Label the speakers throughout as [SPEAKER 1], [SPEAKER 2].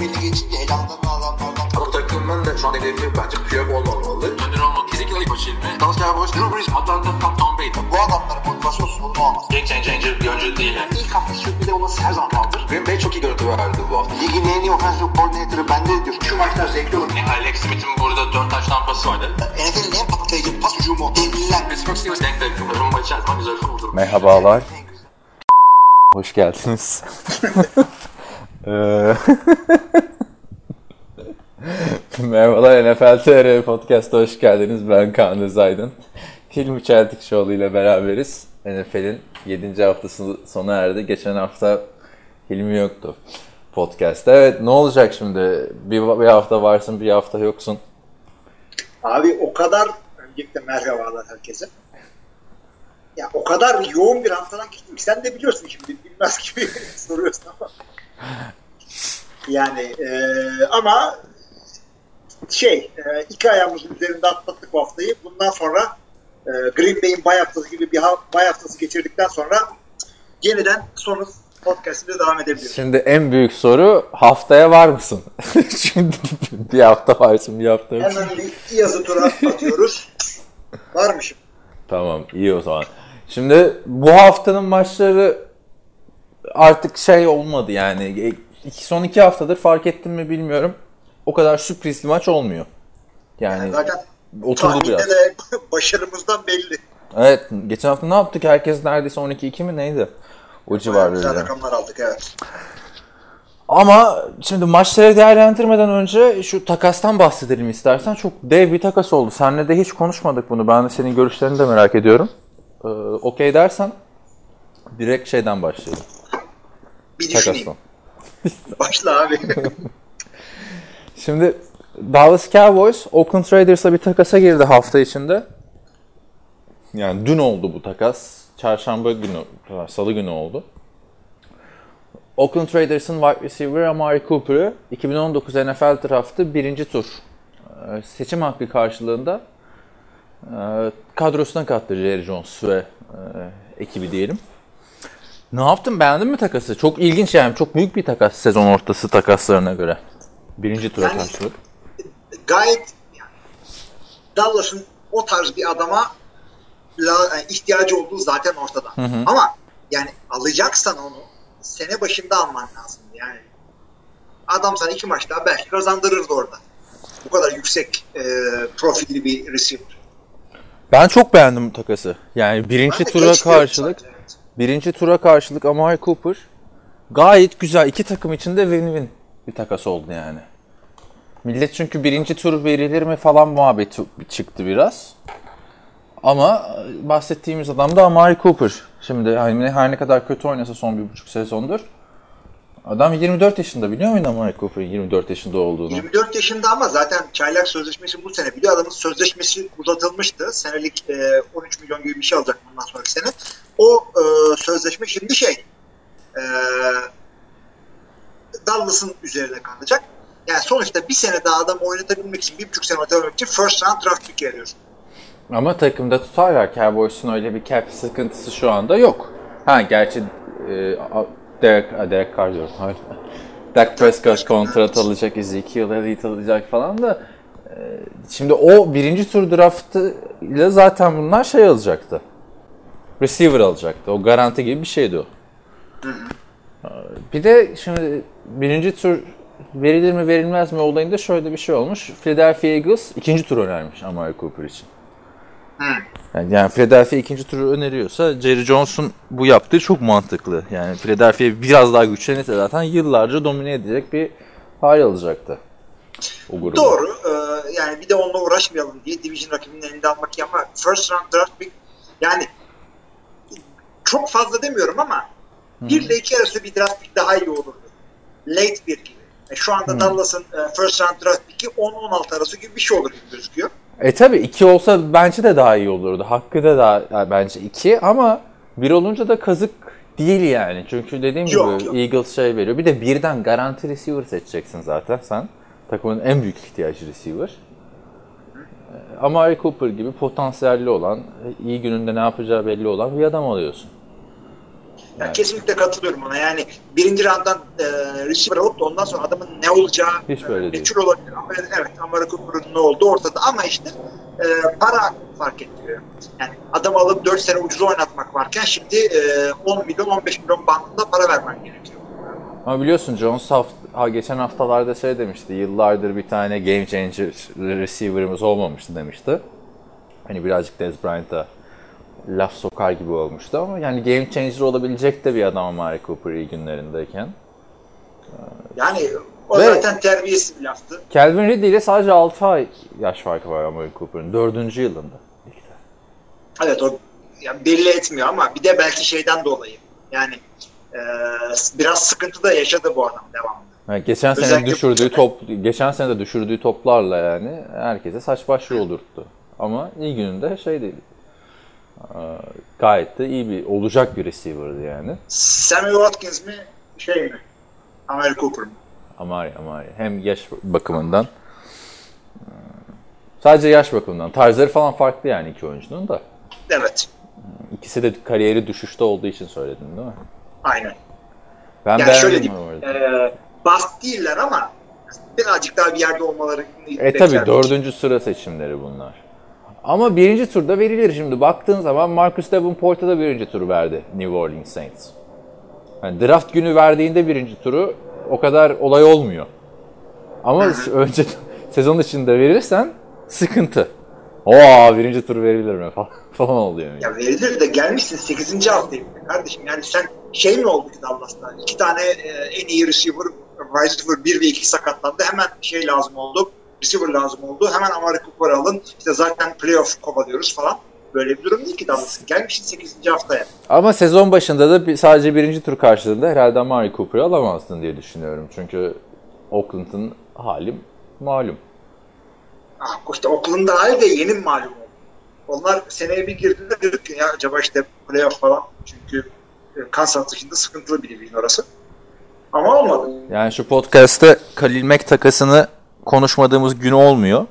[SPEAKER 1] belli geçince elamdan adamlardan.
[SPEAKER 2] Ama takımın da şu an hedefi bence Piyok olmamalı. Önder olmalı. Kesinlikle ilk başı ilmi. Dallas Cowboys, Drew Brees, Atlanta, Tom Brady.
[SPEAKER 1] Bu adamların motivasyon sorunu olmaz.
[SPEAKER 2] Game changer bir oyuncu değil yani.
[SPEAKER 1] İlk hafta sürpriz olması her zaman kaldır.
[SPEAKER 2] Green Bay çok iyi görüntü verdi bu hafta.
[SPEAKER 1] Ligin en iyi offensive coordinator'ı bende diyor. Şu maçlar zevkli olur.
[SPEAKER 2] Alex Smith'in burada 4 taş tampası vardı.
[SPEAKER 1] NFL'in en patlayıcı pas hücumu. Devliler.
[SPEAKER 2] Pittsburgh Steelers denk denk. Rumba içer zaman güzel olur.
[SPEAKER 3] Merhabalar. Hoş geldiniz. Merhabalar, NFL TR Podcast'a hoş geldiniz. Ben Kaan Özaydın. Hilmi Çeltikçioğlu ile beraberiz. NFL'in 7. haftası sona erdi. Geçen hafta Hilmi yoktu podcast'ta. Evet, ne olacak şimdi? Bir hafta varsın, bir hafta yoksun.
[SPEAKER 4] Abi o kadar, öncelikle merhabalar herkese. Ya o kadar yoğun bir haftadan geçtim. Sen de biliyorsun şimdi, bilmez gibi soruyorsun ama. Yani ama 2 ayağımızın üzerinde atlattık bu haftayı. Bundan sonra Green Bay'in bay haftası gibi bir bay haftası geçirdikten sonra yeniden sonu podcast'ine devam edebiliriz.
[SPEAKER 3] Şimdi en büyük soru, haftaya var mısın? Çünkü bir hafta varsın, bir hafta yoksun.
[SPEAKER 4] Hemen bir yazı tura atıyoruz. Varmışım.
[SPEAKER 3] Tamam, iyi o zaman. Şimdi bu haftanın maçları artık olmadı yani. Son 2 haftadır fark ettim mi bilmiyorum. O kadar sürprizli maç olmuyor. Yani
[SPEAKER 4] zaten
[SPEAKER 3] oturdu biraz.
[SPEAKER 4] tahminde de başarımızdan belli.
[SPEAKER 3] Evet, geçen hafta ne yaptık? Herkes neredeyse 12-2 mi neydi? O civarda.
[SPEAKER 4] Güzel rakamlar aldık, evet.
[SPEAKER 3] Ama şimdi maçları değerlendirmeden önce şu takastan bahsedelim istersen. Çok dev bir takas oldu. Seninle de hiç konuşmadık bunu. Ben de senin görüşlerini de merak ediyorum. Okey dersen direkt başlayalım.
[SPEAKER 4] Bir düşüneyim.
[SPEAKER 3] Takastan.
[SPEAKER 4] Başla abi.
[SPEAKER 3] Şimdi Dallas Cowboys Oakland Raiders'a bir takasa girdi hafta içinde. Yani dün oldu bu takas. Çarşamba günü, salı günü oldu. Oakland Raiders'ın wide receiver Amari Cooper'ı 2019 NFL Draft'ı 1. tur seçim hakkı karşılığında kadrosuna kattı Jerry Jones ve ekibi diyelim. Ne yaptın? Beğendin mi takası? Çok ilginç yani. Çok büyük bir takas sezon ortası takaslarına göre. 1. tura karşılık.
[SPEAKER 4] Gayet Dallas'ın o tarz bir adama ihtiyacı olduğu zaten ortada. Hı. Ama yani alacaksan onu sene başında alman lazım. Yani adam sana 2 maç daha belki kazandırırdı orada. Bu kadar yüksek profilli bir receiver.
[SPEAKER 3] Ben çok beğendim bu takası. Yani 1. tura karşılık zaten, evet. 1. tura karşılık Amari Cooper gayet güzel. 2 takım için de win-win bir takas oldu yani. Millet çünkü 1. tur verilir mi falan muhabbeti çıktı biraz. Ama bahsettiğimiz adam da Amari Cooper. Şimdi her ne kadar kötü oynasa son 1,5 sezondur. Adam 24 yaşında, biliyor muydun Amari Cooper'ın 24 yaşında olduğunu?
[SPEAKER 4] 24 yaşında ama zaten çaylak sözleşmesi bu sene. Biliyor, adamın sözleşmesi uzatılmıştı. Senelik 13 milyon gibi bir şey alacak bundan sonraki sene. O sözleşme şimdi Dallas'ın üzerine kalacak. Yani sonuçta bir sene daha adam oynatabilmek için, 1,5 sene oynatabilmek için first round draft pick veriyorsun. Ama
[SPEAKER 3] takımda tutarlar. Cowboys'un öyle bir cap sıkıntısı şu anda yok. Gerçi Derek Carr diyorum. Dak Prescott kontrat alacak, Ezekiel Elliott alacak falan da şimdi o 1. tur draftıyla zaten bunlar alacaktı. Receiver alacaktı. O garanti gibi bir şeydi o. Bir de şimdi 1. tur verilir mi verilmez mi olayında şöyle bir şey olmuş. Philadelphia Eagles 2. tur önermiş Amari Cooper için. Yani Philadelphia 2. turu öneriyorsa Jerry Jones'un bu yaptığı çok mantıklı. Yani Philadelphia biraz daha güçlenirse zaten yıllarca domine edecek bir hal alacaktı. O grubu.
[SPEAKER 4] Doğru. Yani bir de onunla uğraşmayalım diye division rakibinin elinde almak ama first round draft pick, yani çok fazla demiyorum ama 1 ile 2 arası bir draft pick daha iyi olurdu. Late 1 gibi. Şu anda Dallas'ın first round draft pick'i 10-16 arası gibi bir şey olur gibi gözüküyor.
[SPEAKER 3] Tabii 2 olsa bence de daha iyi olurdu. Hakkı da daha bence 2 ama 1 olunca da kazık değil yani. Çünkü dediğim gibi Eagles veriyor. Bir de birden garanti receiver seçeceksin zaten sen. Takımın en büyük ihtiyacı receiver. Amari Cooper gibi potansiyelli olan, iyi gününde ne yapacağı belli olan bir adam alıyorsun.
[SPEAKER 4] Yani kesinlikle katılıyorum ona. Yani birinci round'dan receiver alıp da ondan sonra adamın ne olacağı
[SPEAKER 3] Hiç böyle değil.
[SPEAKER 4] meçhul olabilir. Ama evet, Amari Cooper'ın ne olduğu ortada. Ama işte para fark ettiriyor. Yani adam alıp 4 sene ucuz oynatmak varken şimdi 10 milyon 15 milyon bandında para vermen gerekiyor.
[SPEAKER 3] Ama biliyorsun Jones geçen haftalarda şey demişti. Yıllardır bir tane game changer receiver'ımız olmamıştı demişti. Hani birazcık Dez Bryant'a laf sokar gibi olmuştu ama yani game changer olabilecek de bir adam Amari Cooper iyi günlerindeyken.
[SPEAKER 4] Yani o
[SPEAKER 3] Ve
[SPEAKER 4] zaten terbiyesiz bir laftı.
[SPEAKER 3] Calvin Ridley ile sadece 6 ay yaş farkı var Amari Cooper'ın. 4. yılında.
[SPEAKER 4] Evet, o yani belli etmiyor ama bir de belki şeyden dolayı. Yani biraz sıkıntı da yaşadı bu adam devamlı.
[SPEAKER 3] Yani geçen sene de düşürdüğü toplarla yani herkese saç baş yoldurttu. Ama iyi gününde şey değil. Gayet de iyi olacak bir receiver'dı yani.
[SPEAKER 4] Sammy Watkins mi şey mi? Amari Cooper mu?
[SPEAKER 3] Amari. Hem yaş bakımından. Sadece yaş bakımından. Tarzları falan farklı yani iki oyuncunun da.
[SPEAKER 4] Evet.
[SPEAKER 3] İkisi de kariyeri düşüşte olduğu için söyledin değil mi?
[SPEAKER 4] Aynen.
[SPEAKER 3] Ben
[SPEAKER 4] yani şöyle
[SPEAKER 3] beğendim
[SPEAKER 4] diyeyim, bast değiller ama birazcık daha bir yerde olmaları
[SPEAKER 3] tabii 4. sıra seçimleri bunlar. Ama birinci turda verilir şimdi. Baktığın zaman Marcus Davenport'a da birinci turu verdi New Orleans Saints. Yani draft günü verdiğinde birinci turu o kadar olay olmuyor. Ama önce sezon içinde verirsen sıkıntı. Birinci tur verilir mi falan oluyor. Yani.
[SPEAKER 4] Ya verilir de gelmişsin 8. haftayım kardeşim. Yani sen şey mi oldu ki Dallas'ta? 2 tane en iyi receiver 1 ve 2 sakatlandı. Hemen şey lazım oldu. Receiver lazım oldu. Hemen Amari Cooper'ı alın. İşte zaten playoff kovalıyoruz falan. Böyle bir durum değil ki Dallas'ın. Gelmişsin 8. haftaya.
[SPEAKER 3] Ama sezon başında da sadece birinci tur karşılığında herhalde Amari Cooper'ı alamazdın diye düşünüyorum. Çünkü Oakland'ın hali malum.
[SPEAKER 4] İşte Oakland'da hali de yeni malum oldu. Onlar seneye bir girdiğinde dedik ki ya acaba işte playoff falan. Çünkü Kansas dışında sıkıntılı bir divizyon orası. Ama olmadı.
[SPEAKER 3] Yani şu podcast'te Khalil Mack takasını konuşmadığımız gün olmuyor.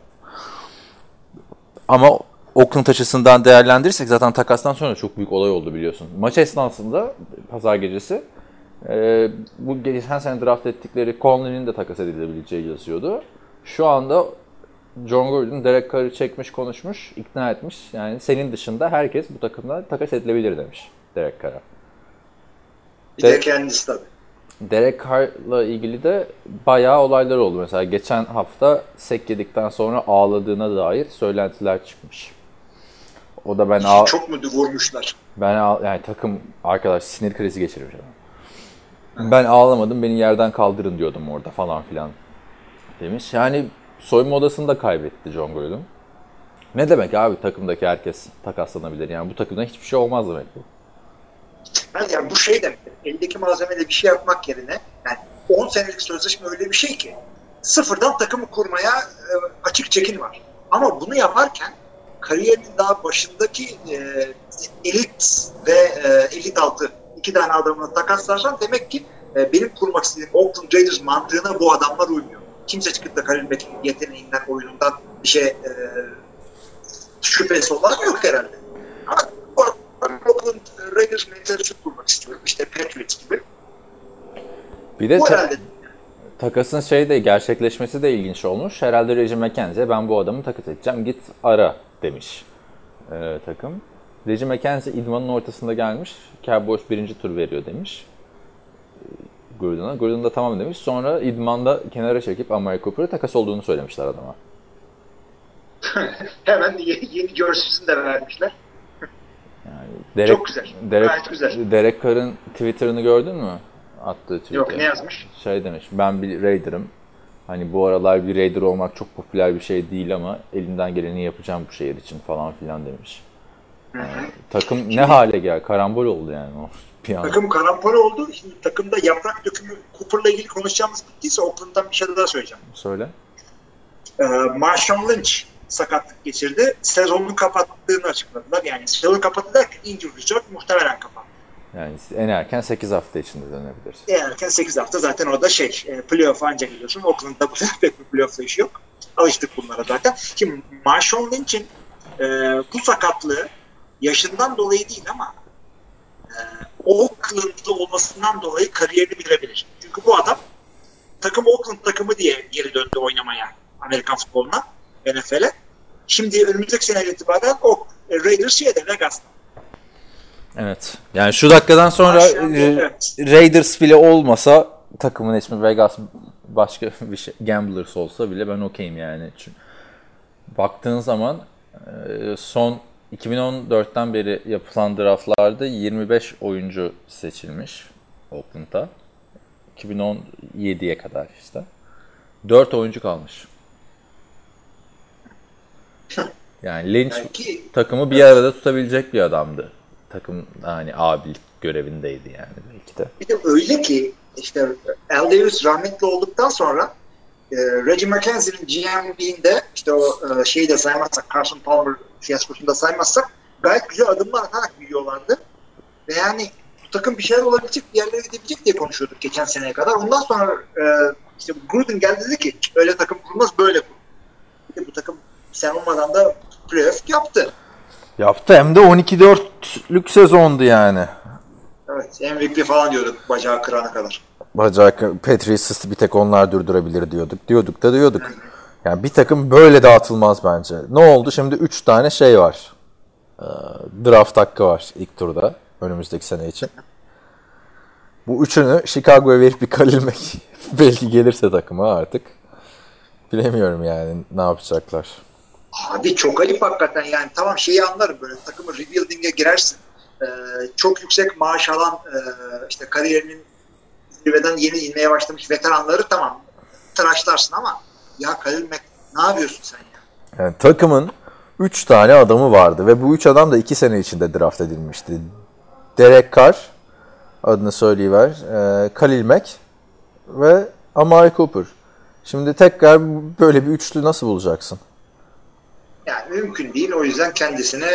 [SPEAKER 3] Ama Oakland açısından değerlendirirsek zaten takastan sonra çok büyük olay oldu biliyorsun. Maç esnasında pazar gecesi bu geçen sene draft ettikleri Conley'nin de takas edilebileceği yazıyordu. Şu anda John Gruden Derek Carr'ı çekmiş, konuşmuş, ikna etmiş. Yani senin dışında herkes bu takımda takas edilebilir demiş Derek Carr'a.
[SPEAKER 4] Bir de kendisi tabii.
[SPEAKER 3] Derek Carr'la ilgili de bayağı olaylar oldu. Mesela geçen hafta sek yedikten sonra ağladığına dair söylentiler çıkmış. O da
[SPEAKER 4] çok mu vurmuşlar?
[SPEAKER 3] Yani takım arkadaş sinir krizi geçirmiş adam. Ben ağlamadım, beni yerden kaldırın diyordum orada falan filan demiş. Yani soyunma odasını da kaybetti John Gruden. Ne demek abi takımdaki herkes takaslanabilir? Yani bu takımda hiçbir şey olmaz demek bu.
[SPEAKER 4] Yani bu şey demek. Eldeki malzemeyle bir şey yapmak yerine yani 10 senelik sözleşme öyle bir şey ki sıfırdan takımı kurmaya açık çekin var. Ama bunu yaparken kariyerinin daha başındaki elit ve elit altı 2 tane adamını takaslarsan demek ki benim kurmak istediğim Oakland Raiders mantığına bu adamlar uymuyor. Kimse çıkıp da Khalil Mack'in yeteneğinden, oyunundan bir şey şüphesi olarak yok herhalde. Ama Oakland Raiders mentality kurmak istiyorum. İşte Patriots gibi.
[SPEAKER 3] Bir de takasın gerçekleşmesi de ilginç olmuş. Herhalde Reggie McKenzie ben bu adamı takas edeceğim git ara demiş takım. Reggie McKenzie idmanın ortasında gelmiş. Cowboys birinci tur veriyor demiş. Gruden'a. Gruden da tamam demiş. Sonra idmanda kenara çekip Amari Cooper'a takas olduğunu söylemişler adama.
[SPEAKER 4] Hemen yeni jersey'sini de vermişler.
[SPEAKER 3] Yani
[SPEAKER 4] çok güzel. Gayet güzel.
[SPEAKER 3] Derek Carr'ın Twitter'ını gördün mü? Attığı tweet'e.
[SPEAKER 4] Yok, ne yazmış?
[SPEAKER 3] Demiş. Ben bir Raider'ım. Hani bu aralar bir Raider olmak çok popüler bir şey değil ama elimden geleni yapacağım bu şehir için falan filan demiş. Takım ne hale geldi? Karambol oldu yani o.
[SPEAKER 4] Takım karambol oldu. Şimdi takımda yaprak dökümü Cooper'la ilgili konuşacağımız bittiyse Oakland'dan bir şey daha söyleyeceğim.
[SPEAKER 3] Söyle.
[SPEAKER 4] Marshawn Lynch sakatlık geçirdi. Sezonunu kapattığını açıkladılar. Yani sezonu kapattı derken injury reserve muhtemelen kapattı.
[SPEAKER 3] Yani en erken 8 hafta içinde dönebilir.
[SPEAKER 4] En erken 8 hafta zaten o da playoff ancak gidiyorsun. Oakland'da bu pek bir playoff işi yok. Alıştık bunlara zaten. Şimdi Marshawn Lynch'in bu sakatlığı yaşından dolayı değil ama Oakland'lı olmasından dolayı kariyerini bitirebilir. Çünkü bu adam takım Oakland takımı diye geri döndü oynamaya Amerikan futboluna, NFL'e. Şimdi önümüzdeki sene itibaren o Raiders Vegas'ta.
[SPEAKER 3] Evet. Yani şu dakikadan sonra
[SPEAKER 4] Evet.
[SPEAKER 3] Raiders bile olmasa takımın ismi Vegas başka bir şey Gamblers olsa bile ben okeyim yani. Çünkü baktığın zaman son 2014'ten beri yapılan draftlarda 25 oyuncu seçilmiş Oakland'da. 2017'ye kadar işte. 4 oyuncu kalmış. Yani Lynch
[SPEAKER 4] Belki
[SPEAKER 3] takımı bir arada tutabilecek bir adamdı. Takım hani abilik görevindeydi yani belki de.
[SPEAKER 4] bir de öyle ki işte Al Davis rahmetli olduktan sonra Reggie McKenzie'nin GM'liğinde işte o şeyi de saymazsak, Carson Palmer fiyaskosunu da saymazsak gayet güzel adımlar atarak büyüyorlardı. Ve yani bu takım bir şeyler olabilecek, bir yerlere gidebilecek diye konuşuyorduk geçen seneye kadar. Ondan sonra işte Gruden geldi dedi ki öyle takım kurulmaz, böyle kur. Bir de bu takım sen olmadan da playoff yaptı.
[SPEAKER 3] Yaptı hem de 12-4'lük sezondu yani.
[SPEAKER 4] Evet, MVP falan diyorduk bacağı kırana kadar.
[SPEAKER 3] Bacak Patriots'ı bir tek onlar durdurabilir diyorduk. Diyorduk. Yani bir takım böyle dağıtılmaz bence. Ne oldu? Şimdi 3 tane şey var. Draft hakkı var ilk turda. Önümüzdeki sene için. Bu üçünü Chicago'ya verip bir kalilmek belki gelirse takıma artık. Bilemiyorum yani ne yapacaklar.
[SPEAKER 4] Abi çok ayıp hakikaten yani. Tamam şeyi anlarım, böyle takımı rebuilding'e girersin. Çok yüksek maaş alan işte kariyerinin zirveden yeni inmeye başlamış veteranları tamam tıraşlarsın ama ya Khalil Mack ne yapıyorsun sen ya?
[SPEAKER 3] Yani takımın 3 tane adamı vardı ve bu 3 adam da 2 sene içinde draft edilmişti. Derek Carr, adını söyleyiver, Khalil Mack ve Amari Cooper. Şimdi tekrar böyle bir üçlü nasıl bulacaksın?
[SPEAKER 4] Yani mümkün değil, o yüzden kendisine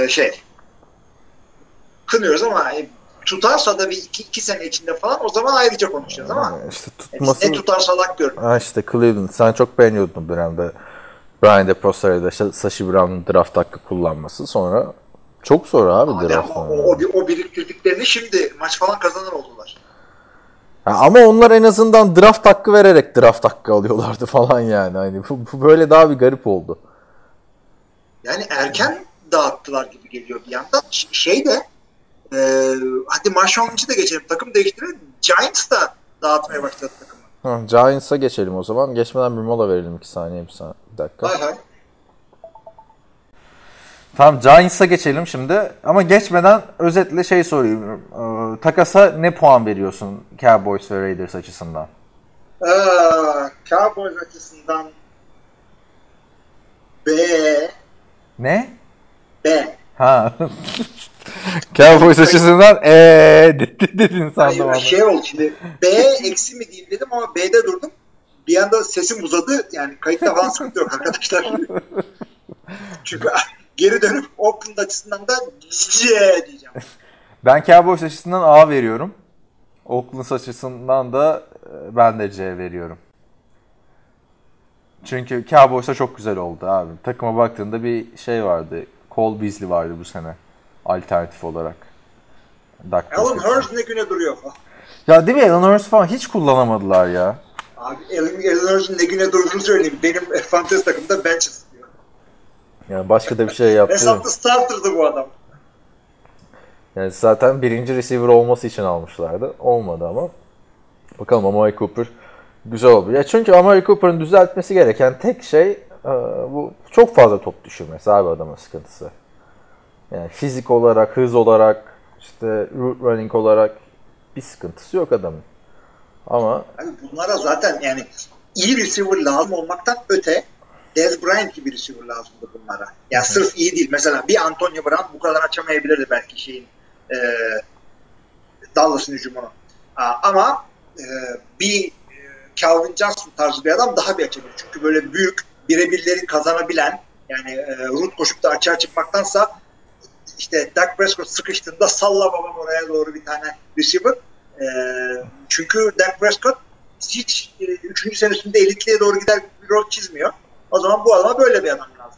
[SPEAKER 4] kınıyoruz ama tutarsa da bir iki sene içinde falan o zaman ayrıca konuşacağız ama
[SPEAKER 3] işte tutması...
[SPEAKER 4] ne tutarsalak görün.
[SPEAKER 3] İşte Cleveland. Sen çok beğeniyordun bu dönemde. Brian DeProster'da Sashi Brown'un draft hakkı kullanması. Sonra çok zor abi draft.
[SPEAKER 4] O biriktirdiklerini şimdi maç falan kazanır oldular.
[SPEAKER 3] Ama onlar en azından draft hakkı vererek draft hakkı alıyorlardı falan yani. Hani bu böyle daha bir garip oldu.
[SPEAKER 4] Yani erken dağıttılar gibi geliyor bir yandan. Hadi Marshawn Lynch'i de geçelim. Takım değiştirelim. Giants da dağıtmaya başladı takımı.
[SPEAKER 3] Giants'a geçelim o zaman. Geçmeden bir mola verelim 2 saniye, bir dakika.
[SPEAKER 4] Hay.
[SPEAKER 3] Tamam, Giants'a geçelim şimdi. Ama geçmeden özetle sorayım. Takasa ne puan veriyorsun Cowboys ve Raiders açısından?
[SPEAKER 4] Cowboys açısından B.
[SPEAKER 3] Ne?
[SPEAKER 4] B.
[SPEAKER 3] Ha. Cowboys açısından dedin sandım.
[SPEAKER 4] Hayır, oldu şimdi. B eksi mi diyeyim dedim ama B'de durdum. Bir anda sesim uzadı. Yani kayıtta falan sıkıntı yok arkadaşlar. Çünkü geri dönüp Oakland açısından da C diyeceğim.
[SPEAKER 3] Ben Cowboys açısından A veriyorum. Oakland açısından da ben de C veriyorum. Çünkü Cowboys'a çok güzel oldu abi. Takıma baktığında bir vardı. Cole Beasley vardı bu sene. Alternatif olarak.
[SPEAKER 4] Alan Hurst ne güne duruyor falan.
[SPEAKER 3] Ya değil mi? Alan Hurst falan hiç kullanamadılar ya.
[SPEAKER 4] Abi Alan Hurst'un ne güne durduğunu söyleyeyim. Benim fantasy takımda bench istiyor.
[SPEAKER 3] Yani başka da bir şey yaptı.
[SPEAKER 4] Hesaplı starter'dı bu adam.
[SPEAKER 3] Yani zaten birinci receiver olması için almışlardı. Olmadı ama. Bakalım, Amari Cooper güzel oldu. Ya çünkü Amari Cooper'ın düzeltmesi gereken tek şey bu çok fazla top düşürmesi abi adamın sıkıntısı. Yani fizik olarak, hız olarak, işte route running olarak bir sıkıntısı yok adamın. Ama
[SPEAKER 4] Abi bunlara zaten yani iyi receiver lazım olmaktan öte Dez Bryant gibi receiver lazımdı bunlara. Yani sırf iyi değil. Mesela bir Antonio Brown bu kadar açamayabilirdi belki Dallas'ın hücumunu. Ama bir Calvin Johnson tarzı bir adam daha bir açabilir. Çünkü böyle büyük birebirleri kazanabilen, yani route koşup da açığa çıkmaktansa işte Dak Prescott sıkıştığında salla babam oraya doğru bir tane receiver. Çünkü Dak Prescott hiç 3. senesinde elitliğe doğru gider bir rol çizmiyor. O zaman bu adama böyle bir adam lazım.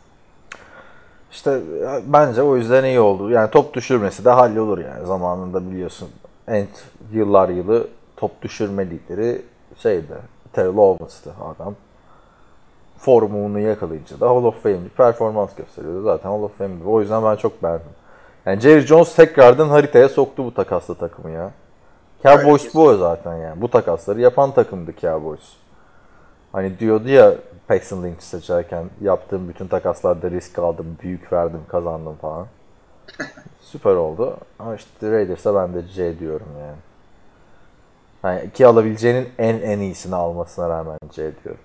[SPEAKER 3] İşte bence o yüzden iyi oldu. Yani top düşürmesi de hallolur yani zamanında biliyorsun. yıllar yılı top düşürme lideri şeydi. Terrell Owens'tı adam. Formunu yakalayınca da Hall of Fame'li performans gösteriyordu. Zaten Hall of Fame'di. O yüzden ben çok beğendim. Yani Jerry Jones tekrardan haritaya soktu bu takaslı takımı ya. Cowboys bu zaten yani. Bu takasları yapan takımdı Cowboys. Hani diyordu ya Paxton Lynch seçerken yaptığım bütün takaslarda risk aldım, büyük verdim, kazandım falan. Süper oldu. Ama işte Raiders'a ben de C diyorum yani. Yani iki alabileceğinin en iyisini almasına rağmen C diyorum.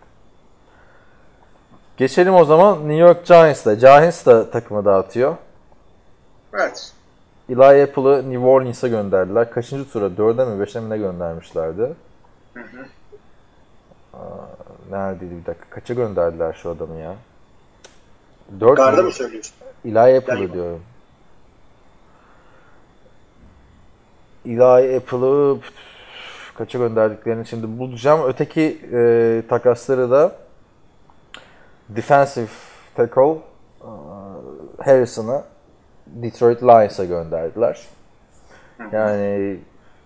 [SPEAKER 3] Geçelim o zaman New York Giants'ta. Giants da takımı dağıtıyor.
[SPEAKER 4] Evet.
[SPEAKER 3] Eli Apple'ı New Orleans'a gönderdiler. Kaçıncı tura? 4'e mi 5'e mi ne göndermişlerdi?
[SPEAKER 4] Hı hı.
[SPEAKER 3] Neredeydi bir dakika? Kaça gönderdiler şu adamı ya? 4
[SPEAKER 4] Garda mı söylüyorsun?
[SPEAKER 3] Eli Apple'ı diyorum. Eli Apple'ı kaça gönderdiklerini şimdi bulacağım. Öteki takasları da defensive tackle Harrison'ı Detroit Lions'a gönderdiler. Yani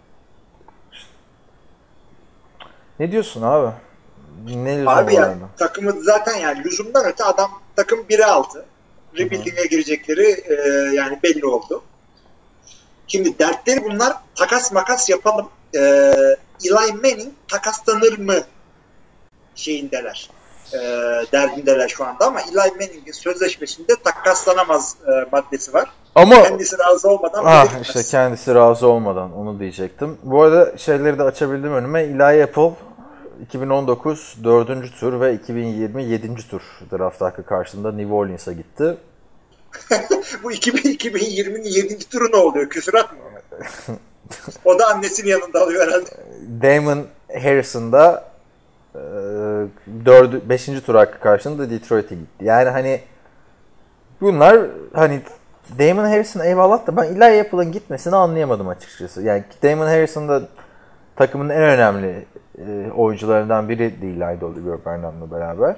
[SPEAKER 3] ne diyorsun abi? Ne lüzum
[SPEAKER 4] Abi
[SPEAKER 3] var
[SPEAKER 4] yani takımı zaten yani lüzumdan öte adam takım 1'e 6. Rebuilding'e girecekleri yani belli oldu. Şimdi dertleri bunlar takas makas yapalım. Eli Manning takaslanır mı şeyindeler. Derdindeler şu anda ama Eli Manning'in sözleşmesinde takaslanamaz maddesi var.
[SPEAKER 3] ama
[SPEAKER 4] Kendisi razı olmadan
[SPEAKER 3] işte kendisi razı olmadan onu diyecektim. Bu arada şeyleri de açabildim önüme. Eli Apple 2019 4. tur ve 2020 7. tur draft hakkı karşılığında New Orleans'a gitti.
[SPEAKER 4] Bu 2020'nin 7. turu ne oluyor? Küsurat mı? O da annesinin yanında alıyor herhalde.
[SPEAKER 3] Damon Harrison da 5. tur hakkı karşılığında Detroit'e gitti. Yani hani bunlar hani Damon Harrison eyvallah da ben Eli Apple'ın gitmesini anlayamadım açıkçası. Yani Damon Harrison da takımın en önemli oyuncularından biri değil Eli Oliver Burnham'la beraber.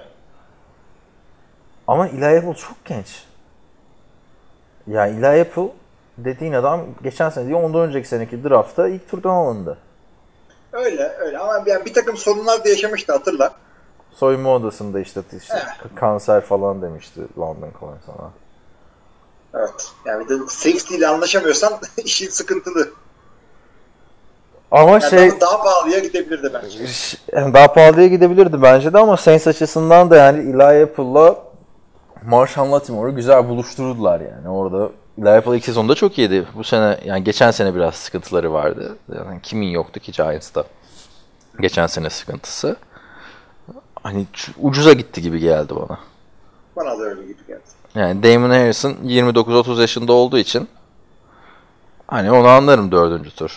[SPEAKER 3] Ama Eli Apple çok genç. Yani Eli Apple dediğin adam geçen sene değil ondan önceki seneki draftta ilk turdan alındı.
[SPEAKER 4] Öyle ama yani bir takım sorunlar da yaşamıştı hatırla.
[SPEAKER 3] Soyunma odasında işte kanser falan demişti London Calling sana.
[SPEAKER 4] Evet. Yani bir de safety ile anlaşamıyorsan işin sıkıntılı.
[SPEAKER 3] Ama
[SPEAKER 4] yani daha pahalıya gidebilirdi bence.
[SPEAKER 3] Daha pahalıya gidebilirdi bence de ama Saints açısından da yani Eli Apple'la Marshawn Latimore'u güzel buluşturdular yani orada. Eli Apple ilk sezonda çok iyiydi. Bu sene yani geçen sene biraz sıkıntıları vardı. Yani kimin yoktu ki Giants'ta? Geçen sene sıkıntısı. Hani ucuza gitti gibi geldi bana.
[SPEAKER 4] Bana da öyle gibi geldi.
[SPEAKER 3] Yani Damon Harrison 29-30 yaşında olduğu için hani onu anlarım 4. tur.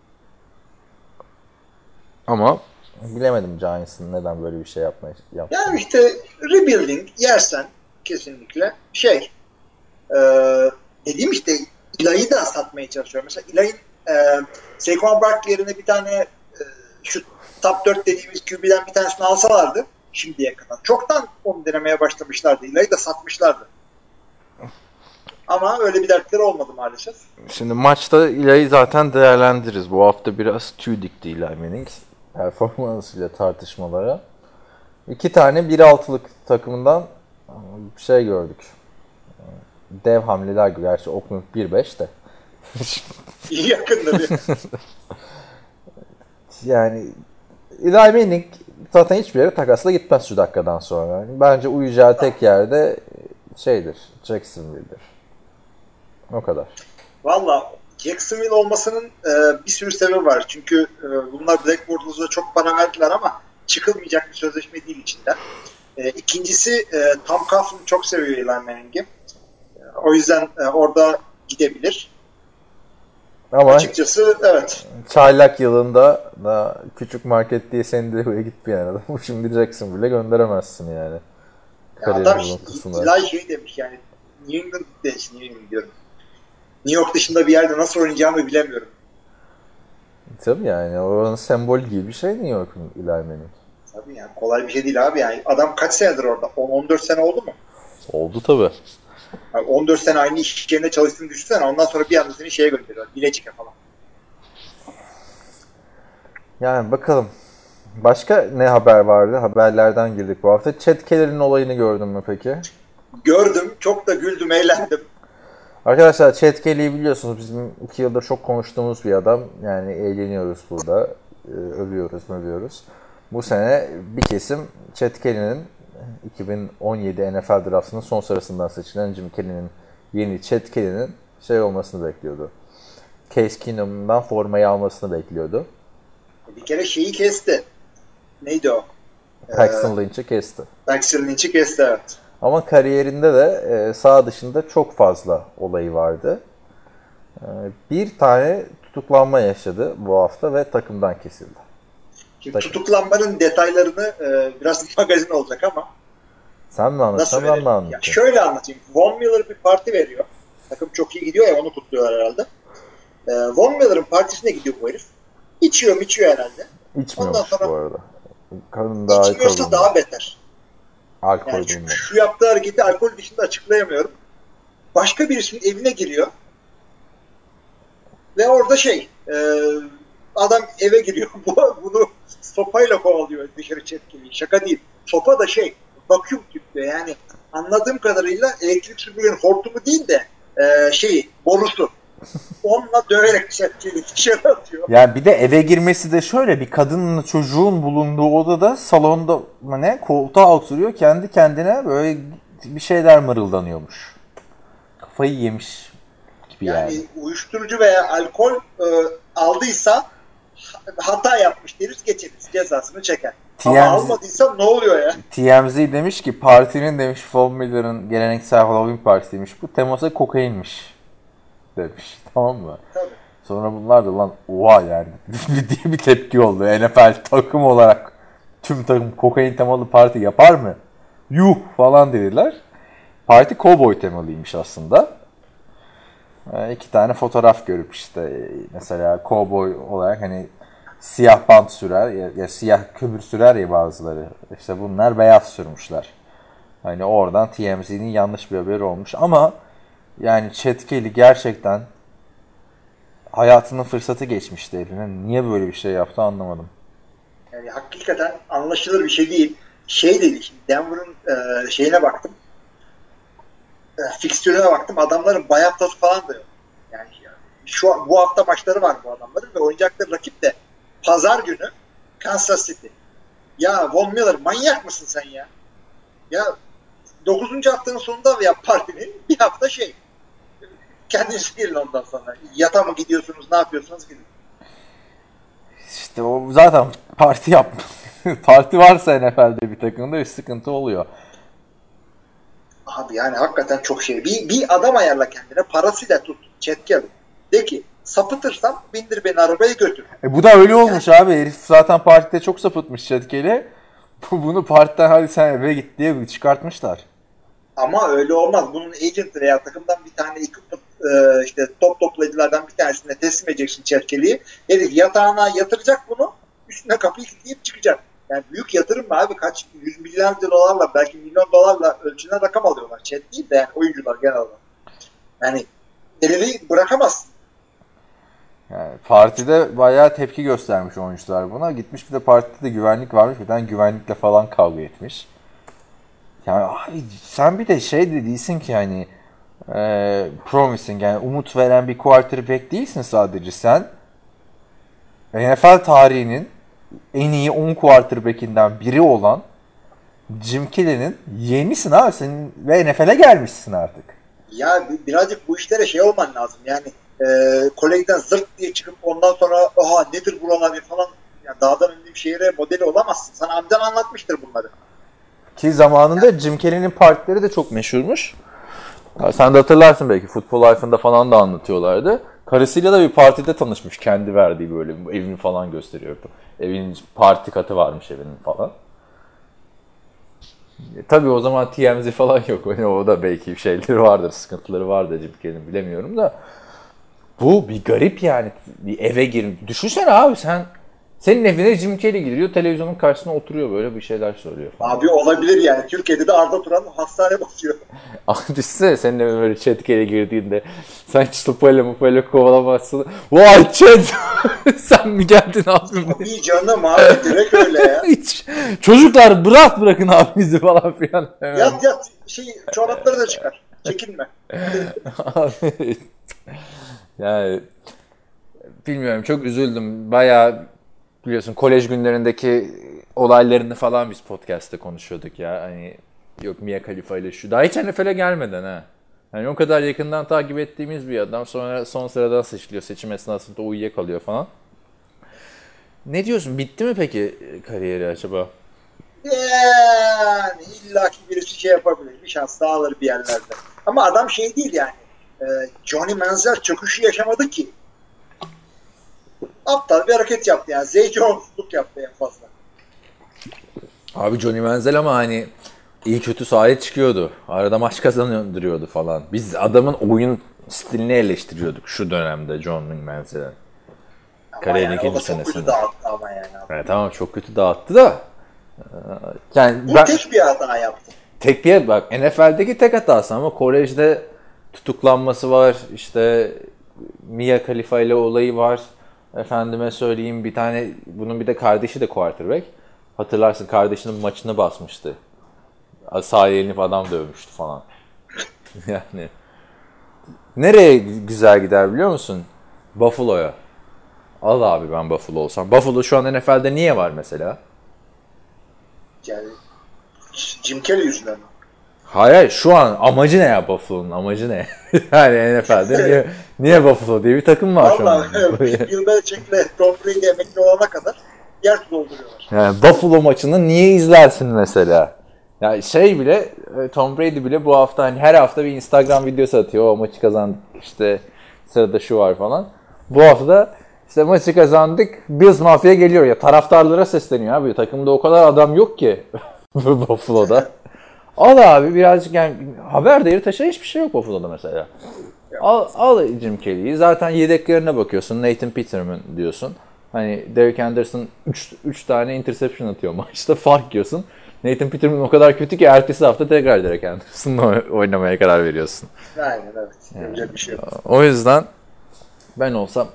[SPEAKER 3] Ama bilemedim Giants'ın neden böyle bir şey yaptı.
[SPEAKER 4] Yani işte rebuilding yersen kesinlikle dediğim işte Eli'yi da satmaya çalışıyor. Mesela Eli'nin Saquon Barkley yerine bir tane şu top 4 dediğimiz QB'den bir tanesini alsalardı şimdiye kadar. Çoktan onu denemeye başlamışlardı. Eli'yi de satmışlardı. Ama öyle bir dertleri olmadı maalesef.
[SPEAKER 3] Şimdi maçta Eli'yi zaten değerlendiririz. Bu hafta biraz tüy dikti Eli Manning performansıyla tartışmalara. 2 tane 1-6'lık takımından bir şey gördük. Dev hamleler. Gerçi Oakland 1-5 de.
[SPEAKER 4] İyi yakındı bir.
[SPEAKER 3] Yani Eli Manning zaten hiçbir yere takasla gitmez şu dakikadan sonra. Bence uyuyacağı tek yerde Jacksonville'dir. O kadar.
[SPEAKER 4] Valla Jacksonville olmasının bir sürü sebebi var. Çünkü bunlar Black Bortles'a çok para verdiler ama çıkılmayacak bir sözleşme değil içinden. İkincisi Tom Coughlin çok seviyor Eli Manning'i. O yüzden orada gidebilir.
[SPEAKER 3] Ama
[SPEAKER 4] açıkçası evet.
[SPEAKER 3] Çaylak yılında da küçük market diye seni de buraya gitmeyen adam. Şimdi Jacksonville'e gönderemezsin yani.
[SPEAKER 4] Ya adam Eli demiş yani New England diyorum. New York dışında bir yerde nasıl oynayacağımı bilemiyorum.
[SPEAKER 3] Tabii yani oranın sembol gibi bir şey New York'un Eli Manning.
[SPEAKER 4] Tabii yani kolay bir şey değil abi yani adam kaç senedir orada? 10-14 sene oldu mu?
[SPEAKER 3] Oldu tabii.
[SPEAKER 4] Yani 14 sene aynı iş yerinde çalıştığını düşünsene ondan sonra bir anda seni şeye gönderiyorlar. Bilecik'e falan.
[SPEAKER 3] Yani bakalım. Başka ne haber vardı? Haberlerden girdik bu hafta. Chad Kelly'nin olayını gördün mü peki?
[SPEAKER 4] Gördüm. Çok da güldüm, eğlendim.
[SPEAKER 3] Arkadaşlar Chad Kelly'yi biliyorsunuz. Bizim 2 yıldır çok konuştuğumuz bir adam. Yani eğleniyoruz burada. Övüyoruz. Bu sene bir kesim Chad Kelly'nin 2017 NFL Draftı'nın son sırasından seçilen Jim Kelly'nin yeni Chad Kelly'nin olmasını bekliyordu. Case Keenum'dan formayı almasını bekliyordu.
[SPEAKER 4] Bir kere şeyi kesti. Neydi o?
[SPEAKER 3] Paxton Lynch'i kesti.
[SPEAKER 4] Paxton Lynch'i kesti, evet.
[SPEAKER 3] Ama kariyerinde de sağ dışında çok fazla olayı vardı. Bir tane tutuklanma yaşadı bu hafta ve takımdan kesildi.
[SPEAKER 4] Şimdi tutuklanmanın detaylarını biraz magazin olacak ama.
[SPEAKER 3] Sen mi anlatsan ben mi anlatayım?
[SPEAKER 4] Şöyle anlatayım. Von Miller bir parti veriyor. Takım çok iyi gidiyor ya, onu kutluyorlar herhalde. Von Miller'ın partisine gidiyor bu herif. İçiyor herhalde.
[SPEAKER 3] İçmiyormuş bu arada.
[SPEAKER 4] Kadın daha İçmiyorsa daha beter.
[SPEAKER 3] Alkol
[SPEAKER 4] yani şu yaptığı hareketi alkol dışında açıklayamıyorum. Başka birisinin evine giriyor. Ve orada adam eve giriyor. Bunu sopayla kovalıyor dışarı çetkiliği. Şaka değil. Sopa da vakyum tüplü. Yani anladığım kadarıyla elektrik süpürgenin hortumu değil de borusu. Onunla döverek çetkiliği dışarı atıyor.
[SPEAKER 3] Yani bir de eve girmesi de şöyle, bir kadınla çocuğun bulunduğu odada salonda koltuğa oturuyor. Kendi kendine böyle bir şeyler mırıldanıyormuş. Kafayı yemiş gibi yani.
[SPEAKER 4] Uyuşturucu veya alkol aldıysa hata yapmış deriz, geçeriz. Cezasını çeker. Ama almadıysa ne oluyor ya?
[SPEAKER 3] TMZ demiş ki partinin demiş Von Miller'ın geleneksel Halloween partisiymiş. Bu teması kokainmiş demiş. Tamam mı?
[SPEAKER 4] Tabii.
[SPEAKER 3] Sonra bunlar da lan oha yani diye bir tepki oldu. NFL takım olarak tüm takım kokain temalı parti yapar mı? Yuh falan dediler. Parti cowboy temalıymış aslında. 2 tane fotoğraf görüp mesela cowboy olarak siyah bant sürer ya siyah kömür sürer ya bazıları. Bunlar beyaz sürmüşler. Oradan TMZ'nin yanlış bir haberi olmuş ama yani Chad Kelly gerçekten hayatının fırsatı geçmişti eline. Niye böyle bir şey yaptı anlamadım.
[SPEAKER 4] Yani hakikaten anlaşılır bir şey değil. Dedi şimdi Denver'ın şeyine baktım. Fikstürüne baktım. Adamların bay haftası falan da yok. Yani bu hafta maçları var bu adamların ve oynayacakları rakip de pazar günü Kansas City. Ya Von Miller manyak mısın sen ya? Ya 9. haftanın sonunda veya partinin bir hafta kendiniz gelin ondan sonra. Yata mı gidiyorsunuz, ne yapıyorsunuz gidin.
[SPEAKER 3] O zaten parti yapmış. Parti varsa NFL'de bir takımda bir sıkıntı oluyor.
[SPEAKER 4] Abi yani hakikaten çok Bir adam ayarla kendine, parasıyla tut. Chad Kelly. De ki sapıtırsam bindir beni arabaya götür.
[SPEAKER 3] Bu da öyle olmuş abi. Herif zaten partide çok sapıtmış Chad Kelly. Bunu partiden hadi sen eve git diye çıkartmışlar.
[SPEAKER 4] Ama öyle olmaz. Bunun agent'ı veya takımdan bir tane top toplayıcılardan bir tanesine teslim edeceksin Chad Kelly'yi. Herif yatağına yatıracak bunu. Üstüne kapıyı kilitleyip çıkacak. Yani büyük yatırım mı abi? Kaç yüz milyarca dolarla belki milyon dolarla ölçülen rakam alıyorlar. Chad değil de yani oyuncular genel olarak. Yani herifi bırakamazsın.
[SPEAKER 3] Yani partide bayağı tepki göstermiş oyuncular buna. Gitmiş bir de partide de güvenlik varmış. Bir tane güvenlikle falan kavga etmiş. Yani abi sen bir de de değilsin ki promising yani umut veren bir quarterback değilsin sadece sen. NFL tarihinin en iyi 10 quarterback'inden biri olan Jim Kelly'nin yeğenisin abi sen ve NFL'e gelmişsin artık.
[SPEAKER 4] Ya birazcık bu işlere olman lazım yani kolejden zırt diye çıkıp ondan sonra nedir buralar falan yani dağdan ünlü bir şehre modeli olamazsın. Sana amcan anlatmıştır bunları.
[SPEAKER 3] Ki zamanında Jim Kelly'nin partileri de çok meşhurmuş. Ya sen de hatırlarsın belki Football Life'ında falan da anlatıyorlardı. Karısıyla da bir partide tanışmış. Kendi verdiği böyle evini falan gösteriyordu. Evinin parti katı varmış evinin falan. Tabii o zaman TMZ falan yok. O da belki şeyleri vardır, sıkıntıları vardır Jim Kelly'nin bilemiyorum da. Bu bir garip yani. Bir eve düşünsene abi sen Senin evine Jim Kelly giriyor, televizyonun karşısına oturuyor böyle bir şeyler söylüyor.
[SPEAKER 4] Abi olabilir yani. Türkiye'de de Arda Turan hastane basıyor.
[SPEAKER 3] Abi düşünsene senin eve böyle Chet Kelly girdiğinde sen hiç topayla kovalamazsın. Vay Chet! Sen mi geldin abim?
[SPEAKER 4] Abi canım abi direkt öyle ya.
[SPEAKER 3] Hiç. Çocuklar bırakın abinizi falan filan.
[SPEAKER 4] Yat. Çorapları da çıkar. Çekinme.
[SPEAKER 3] Abi. Yani bilmiyorum, çok üzüldüm. Bayağı biliyorsun kolej günlerindeki olaylarını falan biz podcast'te konuşuyorduk ya. Hani yok Mia Khalifa ile şu. Daha hiç NFL'e gelmeden ha. Yani o kadar yakından takip ettiğimiz bir adam sonra son sıradan seçiliyor. Seçim esnasında uyuyakalıyor falan. Ne diyorsun? Bitti mi peki kariyeri acaba?
[SPEAKER 4] Yani illaki birisi şey yapabilir. Bir şans daha alır bir yerlerde. Ama adam şey değil yani. Johnny Manziel çöküşü yaşamadı ki. Aptal bir hareket yaptı yani. Zay Jones'luk yaptı en fazla.
[SPEAKER 3] Abi Johnny Manziel ama hani iyi kötü sahaya çıkıyordu. Arada maç kazandırıyordu falan. Biz adamın oyun stilini eleştiriyorduk şu dönemde Johnny Manziel'in. Kariyerin
[SPEAKER 4] Yani,
[SPEAKER 3] ikinci
[SPEAKER 4] o da çok
[SPEAKER 3] senesinde.
[SPEAKER 4] kötü dağıttı ama yani.
[SPEAKER 3] Evet, tamam çok kötü dağıttı da. Yani
[SPEAKER 4] Bu tek bir hata yaptı.
[SPEAKER 3] tek bir bak NFL'deki tek hatası ama kolejde tutuklanması var. İşte Mia Khalifa ile olayı var. Efendime söyleyeyim bir tane bunun bir de kardeşi de quarterback. Hatırlarsın kardeşinin maçını basmıştı. Sahaya inip adam dövmüştü falan. Yani nereye güzel gider biliyor musun? Buffalo'ya. Al abi ben Buffalo olsam. Buffalo şu an NFL'de niye var mesela?
[SPEAKER 4] Yani Jim Kelly yüzünden mi?
[SPEAKER 3] Hayır şu an amacı ne ya Buffalo'nun amacı ne? Yani NFL'de niye Buffalo diye bir takım var şu an.
[SPEAKER 4] Vallahi Bill Belichick'le Tom Brady emekli olana kadar yer dolduruyorlar.
[SPEAKER 3] Yani Buffalo maçını niye izlersin mesela? Ya şey bile Tom Brady bile bu hafta hani her hafta bir Instagram videosu atıyor. O maçı kazandık işte sırada şu var falan. Bu hafta da işte maçı kazandık. Bills Mafya geliyor ya taraftarlara sesleniyor abi. Takımda o kadar adam yok ki Buffalo'da. Al abi birazcık yani haber değeri taşıyan hiçbir şey yok Buffalo'da mesela. Al Jim Kelly'yi. Zaten yedeklerine bakıyorsun. Nathan Peterman diyorsun. Hani Derek Anderson 3 tane interception atıyor maçta. Fark yiyorsun. Nathan Peterman o kadar kötü ki ertesi hafta tekrar Derek Anderson'la oynamaya karar veriyorsun.
[SPEAKER 4] Aynen evet. Öyle bir şey yok.
[SPEAKER 3] O yüzden ben olsam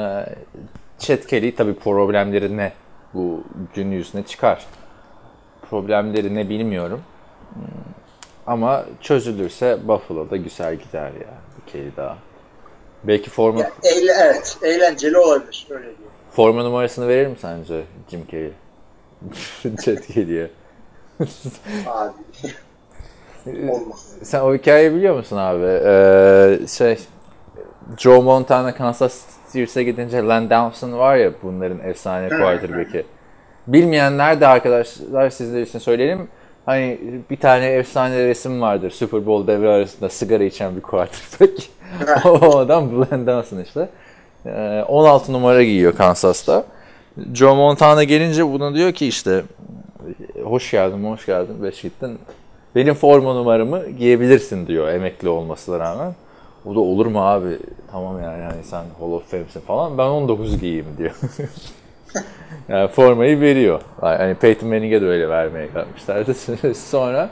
[SPEAKER 3] Chet Kelly tabii problemleri ne bu gün yüzüne çıkar. Problemleri ne bilmiyorum. Ama çözülürse Buffalo'da güzel gider ya. Bir Kelly daha. Belki forma...
[SPEAKER 4] Yani, evet. Eğlenceli olabilir. Öyle diyeyim.
[SPEAKER 3] Forma numarasını verir mi sence Jim Kelly? Chet Kelly'ye.
[SPEAKER 4] Abi. Olmaz.
[SPEAKER 3] Sen o hikayeyi biliyor musun abi? Joe Montana Kansas City'ye gidince Len Dawson var ya bunların efsane quarterback'i. Bilmeyenler de arkadaşlar sizler için söyleyelim. Hani bir tane efsane resim vardır Super Bowl devre arasında sigara içen bir quarterback. O adam Len Dawson işte. 16 numara giyiyor Kansas'ta. Joe Montana gelince buna diyor ki işte hoş geldin Washington. Benim forma numaramı giyebilirsin diyor emekli olmasına rağmen. O da olur mu abi? Tamam yani sen Hall of Fame'sin falan. Ben 19 giyeyim diyor. Yani formayı veriyor. Yani Peyton Manning'e de öyle vermeye kalkmışlardı. Sonra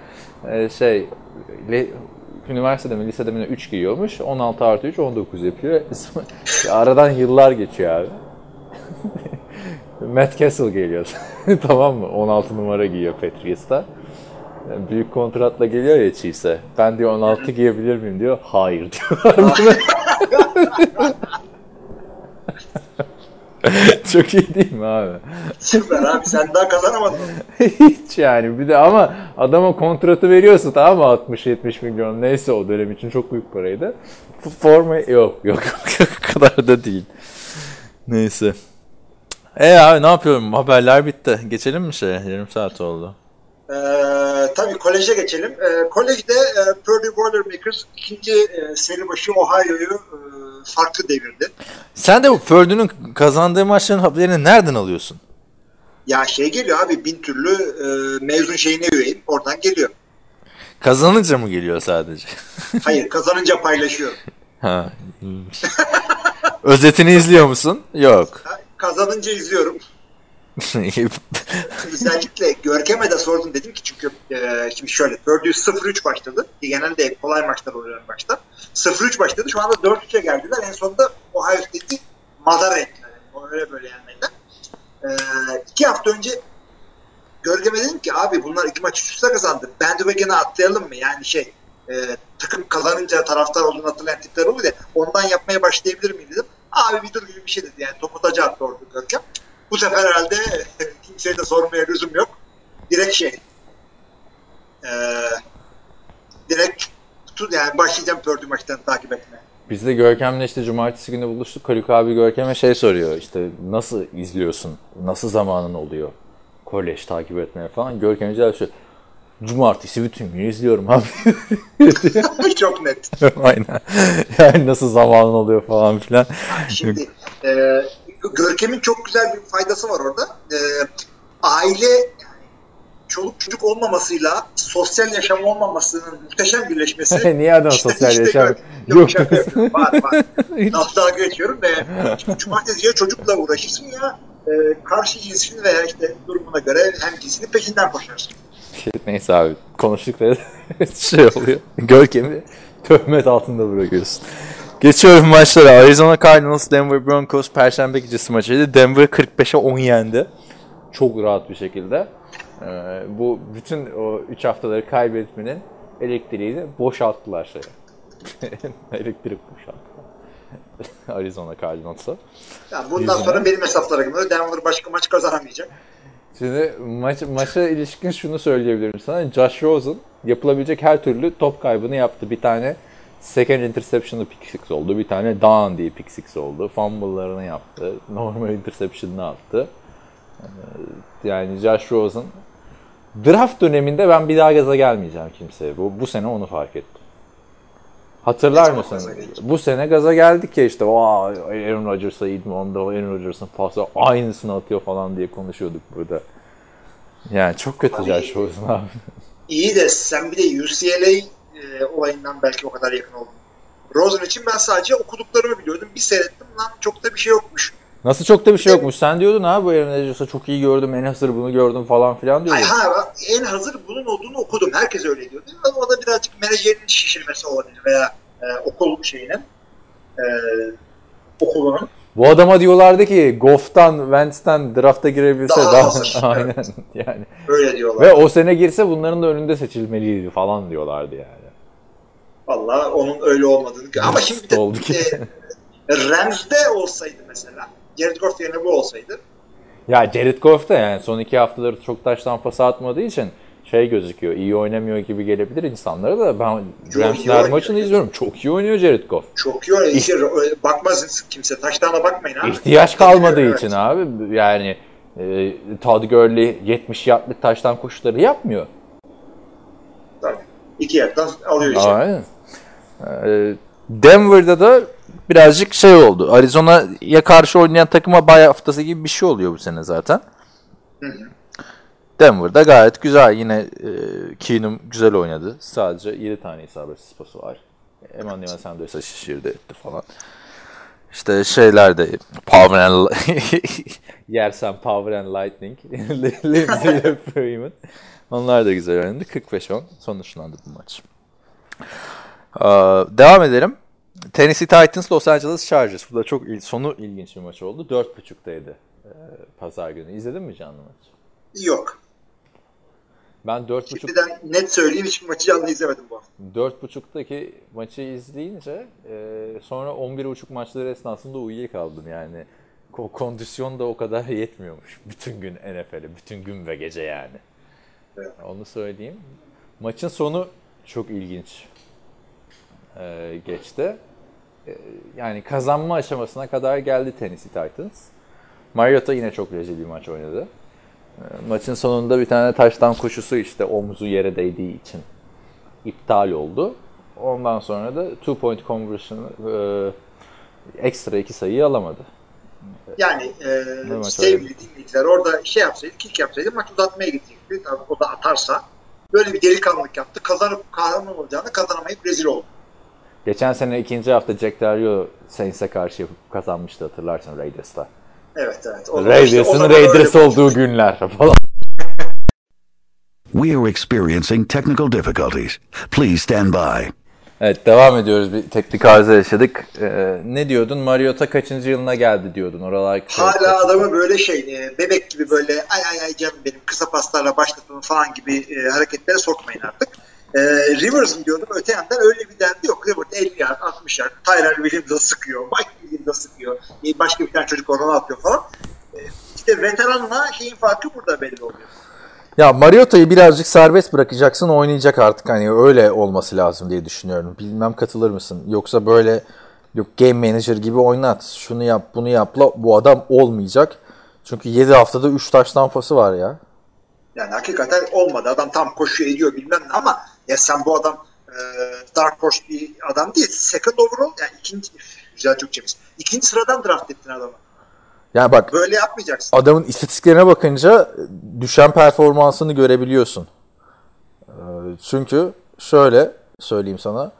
[SPEAKER 3] üniversitede mi lisede mi 3 giyiyormuş. 16 artı 3 19 yapıyor. Aradan yıllar geçiyor abi. Matt Cassel geliyor. Tamam mı? 16 numara giyiyor Patriots'ta. Yani büyük kontratla geliyor ya Chiefs'e. Ben diyor 16 giyebilir miyim diyor. Hayır diyorlar. Çok iyi değil mi abi?
[SPEAKER 4] Süper abi sen daha kazanamadın.
[SPEAKER 3] Hiç yani bir de ama adama kontratı veriyorsun tamam mı 60-70 milyon neyse o dönem için çok büyük paraydı. Forma yok o kadar da değil. Neyse. Abi ne yapıyorum? Haberler bitti. Geçelim mi yarım saat oldu.
[SPEAKER 4] Tabii koleje geçelim. Kolejde Purdue Boilermakers ikinci seri başı Ohio'yu farklı devirdi.
[SPEAKER 3] Sen de bu Purdue'nun kazandığı maçların haberini nereden alıyorsun?
[SPEAKER 4] Ya geliyor abi bin türlü mezun şeyine üyeyim. Oradan geliyor.
[SPEAKER 3] Kazanınca mı geliyor sadece?
[SPEAKER 4] Hayır kazanınca paylaşıyorum.
[SPEAKER 3] Ha. Özetini izliyor musun? Yok.
[SPEAKER 4] Kazanınca izliyorum. Özellikle Görkem'e de sordum, dedim ki çünkü şimdi şöyle Purdue 0-3 başladı. Genelde kolay maçlar oluyor en başta. 0-3 başladı. Şu anda 4-3'e geldiler. En sonunda Ohio State'i madara ettiler. Öyle böyle yenmediler. 2 hafta önce Görkem'e dedim ki abi bunlar 2 maç üst üste kazandı. Bandwagon'a atlayalım mı? Yani takım kazanınca taraftar olduğunu hatırlayan tipler oluyor ya, ondan yapmaya başlayabilir miyim dedim. Abi bir dur gibi bir şey dedi. Yani topu taca attı orada Görkem. Bu sefer herhalde kimseye de sormaya lüzum yok. Direkt yani başlayacağım Purdue maçlarını takip etmeye.
[SPEAKER 3] Biz de Görkem'le işte cumartesi günü buluştuk. Haluk abi Görkem'e soruyor. İşte nasıl izliyorsun? Nasıl zamanın oluyor? Kolej takip etmeye falan. Görkem cevap şu. Cumartesi bütün gün izliyorum abi.
[SPEAKER 4] Çok net.
[SPEAKER 3] Aynen. Yani nasıl zamanın oluyor falan filan.
[SPEAKER 4] Şimdi Görkem'in çok güzel bir faydası var orada. Aile, yani çoluk çocuk olmamasıyla sosyal yaşam olmamasının muhteşem birleşmesi.
[SPEAKER 3] Niye adam sosyal yaşam yok?
[SPEAKER 4] Var. Dalga geçiyorum ve cumartesi ya çocukla uğraşırsın ya karşı cinsin veya işte durumuna göre hem cinsinin peşinden koşarsın.
[SPEAKER 3] Neyse abi konuştuk da oluyor. Görkem'i töhmet altında bırakıyorsun. Geçiyorum maçlara. Arizona Cardinals, Denver Broncos Perşembe gecesi maçıydı. Denver 45'e 10 yendi. Çok rahat bir şekilde. Bu bütün o 3 haftaları kaybetmenin elektriğini boşalttılar Elektrik boşalttılar. Arizona Cardinals'a.
[SPEAKER 4] Yani bundan sonra benim hesaplara göre Denver başka maç kazanamayacak.
[SPEAKER 3] Şimdi maça ilişkin şunu söyleyebilirim sana. Josh Rosen yapılabilecek her türlü top kaybını yaptı. Bir tane second interception'ı pick six oldu. Bir tane down diye pick six oldu. Fumble'larını yaptı. Normal interception'ını attı. Yani Josh Rosen draft döneminde ben bir daha gaza gelmeyeceğim kimseye. Bu sene onu fark ettim. Hatırlar mısın? Bu sene gaza geldik ya işte Aaron Rodgers'a idmanda, Aaron Rodgers'ın pası aynısını atıyor falan diye konuşuyorduk burada. Yani çok kötü Josh Rosen abi.
[SPEAKER 4] İyi de sen bir de UCLA olayından belki o kadar yakın oldun. Rosen için ben sadece okuduklarımı biliyordum. Bir seyrettim lan çok da bir şey yokmuş.
[SPEAKER 3] Nasıl çok da bir şey yokmuş? Sen diyordun abi bu Aaron Rodgers'a çok iyi gördüm, en hazır bunu gördüm falan filan diyordun.
[SPEAKER 4] En hazır bunun olduğunu okudum. Herkes öyle diyordu. O da birazcık menajerin şişirmesi olabilir veya okul okulunun.
[SPEAKER 3] Bu adama diyorlardı ki Goff'tan, Wentz'ten drafta girebilse
[SPEAKER 4] daha hazır.
[SPEAKER 3] Aynen
[SPEAKER 4] Evet.
[SPEAKER 3] yani.
[SPEAKER 4] Öyle diyorlar.
[SPEAKER 3] Ve o sene girse bunların da önünde seçilmeliydi falan diyorlardı yani.
[SPEAKER 4] Vallahi onun öyle olmadığını. Ama şimdi
[SPEAKER 3] oldu
[SPEAKER 4] Rams'de olsaydı mesela, Jared Goff yerine bu olsaydı.
[SPEAKER 3] Ya Jared Goff da yani son 2 haftaları çok taştan pas atmadığı için gözüküyor. İyi oynamıyor gibi gelebilir insanlara da ben Rams'in her maçını izliyorum. Çok iyi oynuyor Jared Goff.
[SPEAKER 4] Çok iyi oynuyor. Bakmaz kimse. Taştana bakmayın abi.
[SPEAKER 3] İhtiyaç kalmadığı için abi. Yani Todd Gurley 70 yardlık taştan koşuları yapmıyor.
[SPEAKER 4] Tabii. 2 yerden alıyor işte.
[SPEAKER 3] Aynen. Denver'da da birazcık oldu. Arizona'ya karşı oynayan takıma bay haftası gibi bir şey oluyor bu sene zaten. Hı. Denver'da gayet güzel. Yine Keenum güzel oynadı. Sadece 7 tane isabetsiz pası var. Emmanuel Sanders'a şişirdi etti falan. İşte şeyler de Power and yersen Power and Lightning Lindsey Freeman. Onlar da güzel oynadı. 45-10 sonuçlandı bu maç. Devam edelim. Tennessee Titans Los Angeles Chargers. Bu da çok sonu ilginç bir maç oldu. 4.30'daydı pazar günü. İzledin mi canlı maç?
[SPEAKER 4] Yok.
[SPEAKER 3] Ben 4.30...
[SPEAKER 4] Şimdiden net söyleyeyim, hiçbir maçı canlı izlemedim bu hafta.
[SPEAKER 3] 4.30'daki maçı izleyince sonra 11.30 maçları esnasında uyuyakaldım yani. Kondisyon da o kadar yetmiyormuş. Bütün gün NFL'e, bütün gün ve gece yani. Evet. Onu söyleyeyim. Maçın sonu çok ilginç geçti. Yani kazanma aşamasına kadar geldi Tennessee Titans. Mariota yine çok rezil bir maç oynadı. Maçın sonunda bir tane taştan koşusu işte omzu yere değdiği için iptal oldu. Ondan sonra da 2-point conversion ekstra 2 sayıyı alamadı.
[SPEAKER 4] Yani sevgili dinleyiciler orada yapsaydı, kick yapsaydı maç uzatmaya gidecekti. Tabii o da atarsa böyle bir delikanlılık yaptı. Kazanıp kahraman olacağını kazanamayıp rezil oldu.
[SPEAKER 3] Geçen sene 2. hafta Jack Del Rio Saints'e karşı yapıp kazanmıştı hatırlarsın Raiders'ta.
[SPEAKER 4] Evet.
[SPEAKER 3] Raiders'ın Raiders olduğu günler falan.
[SPEAKER 5] We are experiencing technical difficulties. Please stand by.
[SPEAKER 3] Evet, devam ediyoruz. Bir teknik arıza yaşadık. Ne diyordun? Mariota kaçıncı yılına geldi diyordun. Oralar
[SPEAKER 4] hala adamı böyle bebek gibi böyle ay canım benim kısa paslarla başlattım falan gibi hareketlere sokmayın artık. Rivers'ın diyordum, öte yandan öyle bir derdi yok. Rivers 50 yard, 60 yard, Tyler Williams'a sıkıyor, Mike Williams'a sıkıyor, başka bir tane çocuk oradan atıyor falan. İşte veteranla şeyin farkı burada belli oluyor.
[SPEAKER 3] Ya Mariota'yı birazcık serbest bırakacaksın, oynayacak artık, hani öyle olması lazım diye düşünüyorum. Bilmem katılır mısın? Yoksa böyle game manager gibi oynat, şunu yap, bunu yapla, bu adam olmayacak. Çünkü 7 haftada 3 touchdown pası var ya. Yani
[SPEAKER 4] hakikaten olmadı. Adam tam koşuyor ediyor bilmem ne ama ya sen bu adam dark horse bir adam değil. Second overall, yani güzel Türkçemiz. 2. sıradan draft ettin adamı.
[SPEAKER 3] Yani bak,
[SPEAKER 4] böyle yapmayacaksın.
[SPEAKER 3] Adamın istatistiklerine bakınca düşen performansını görebiliyorsun. Çünkü şöyle söyleyeyim sana.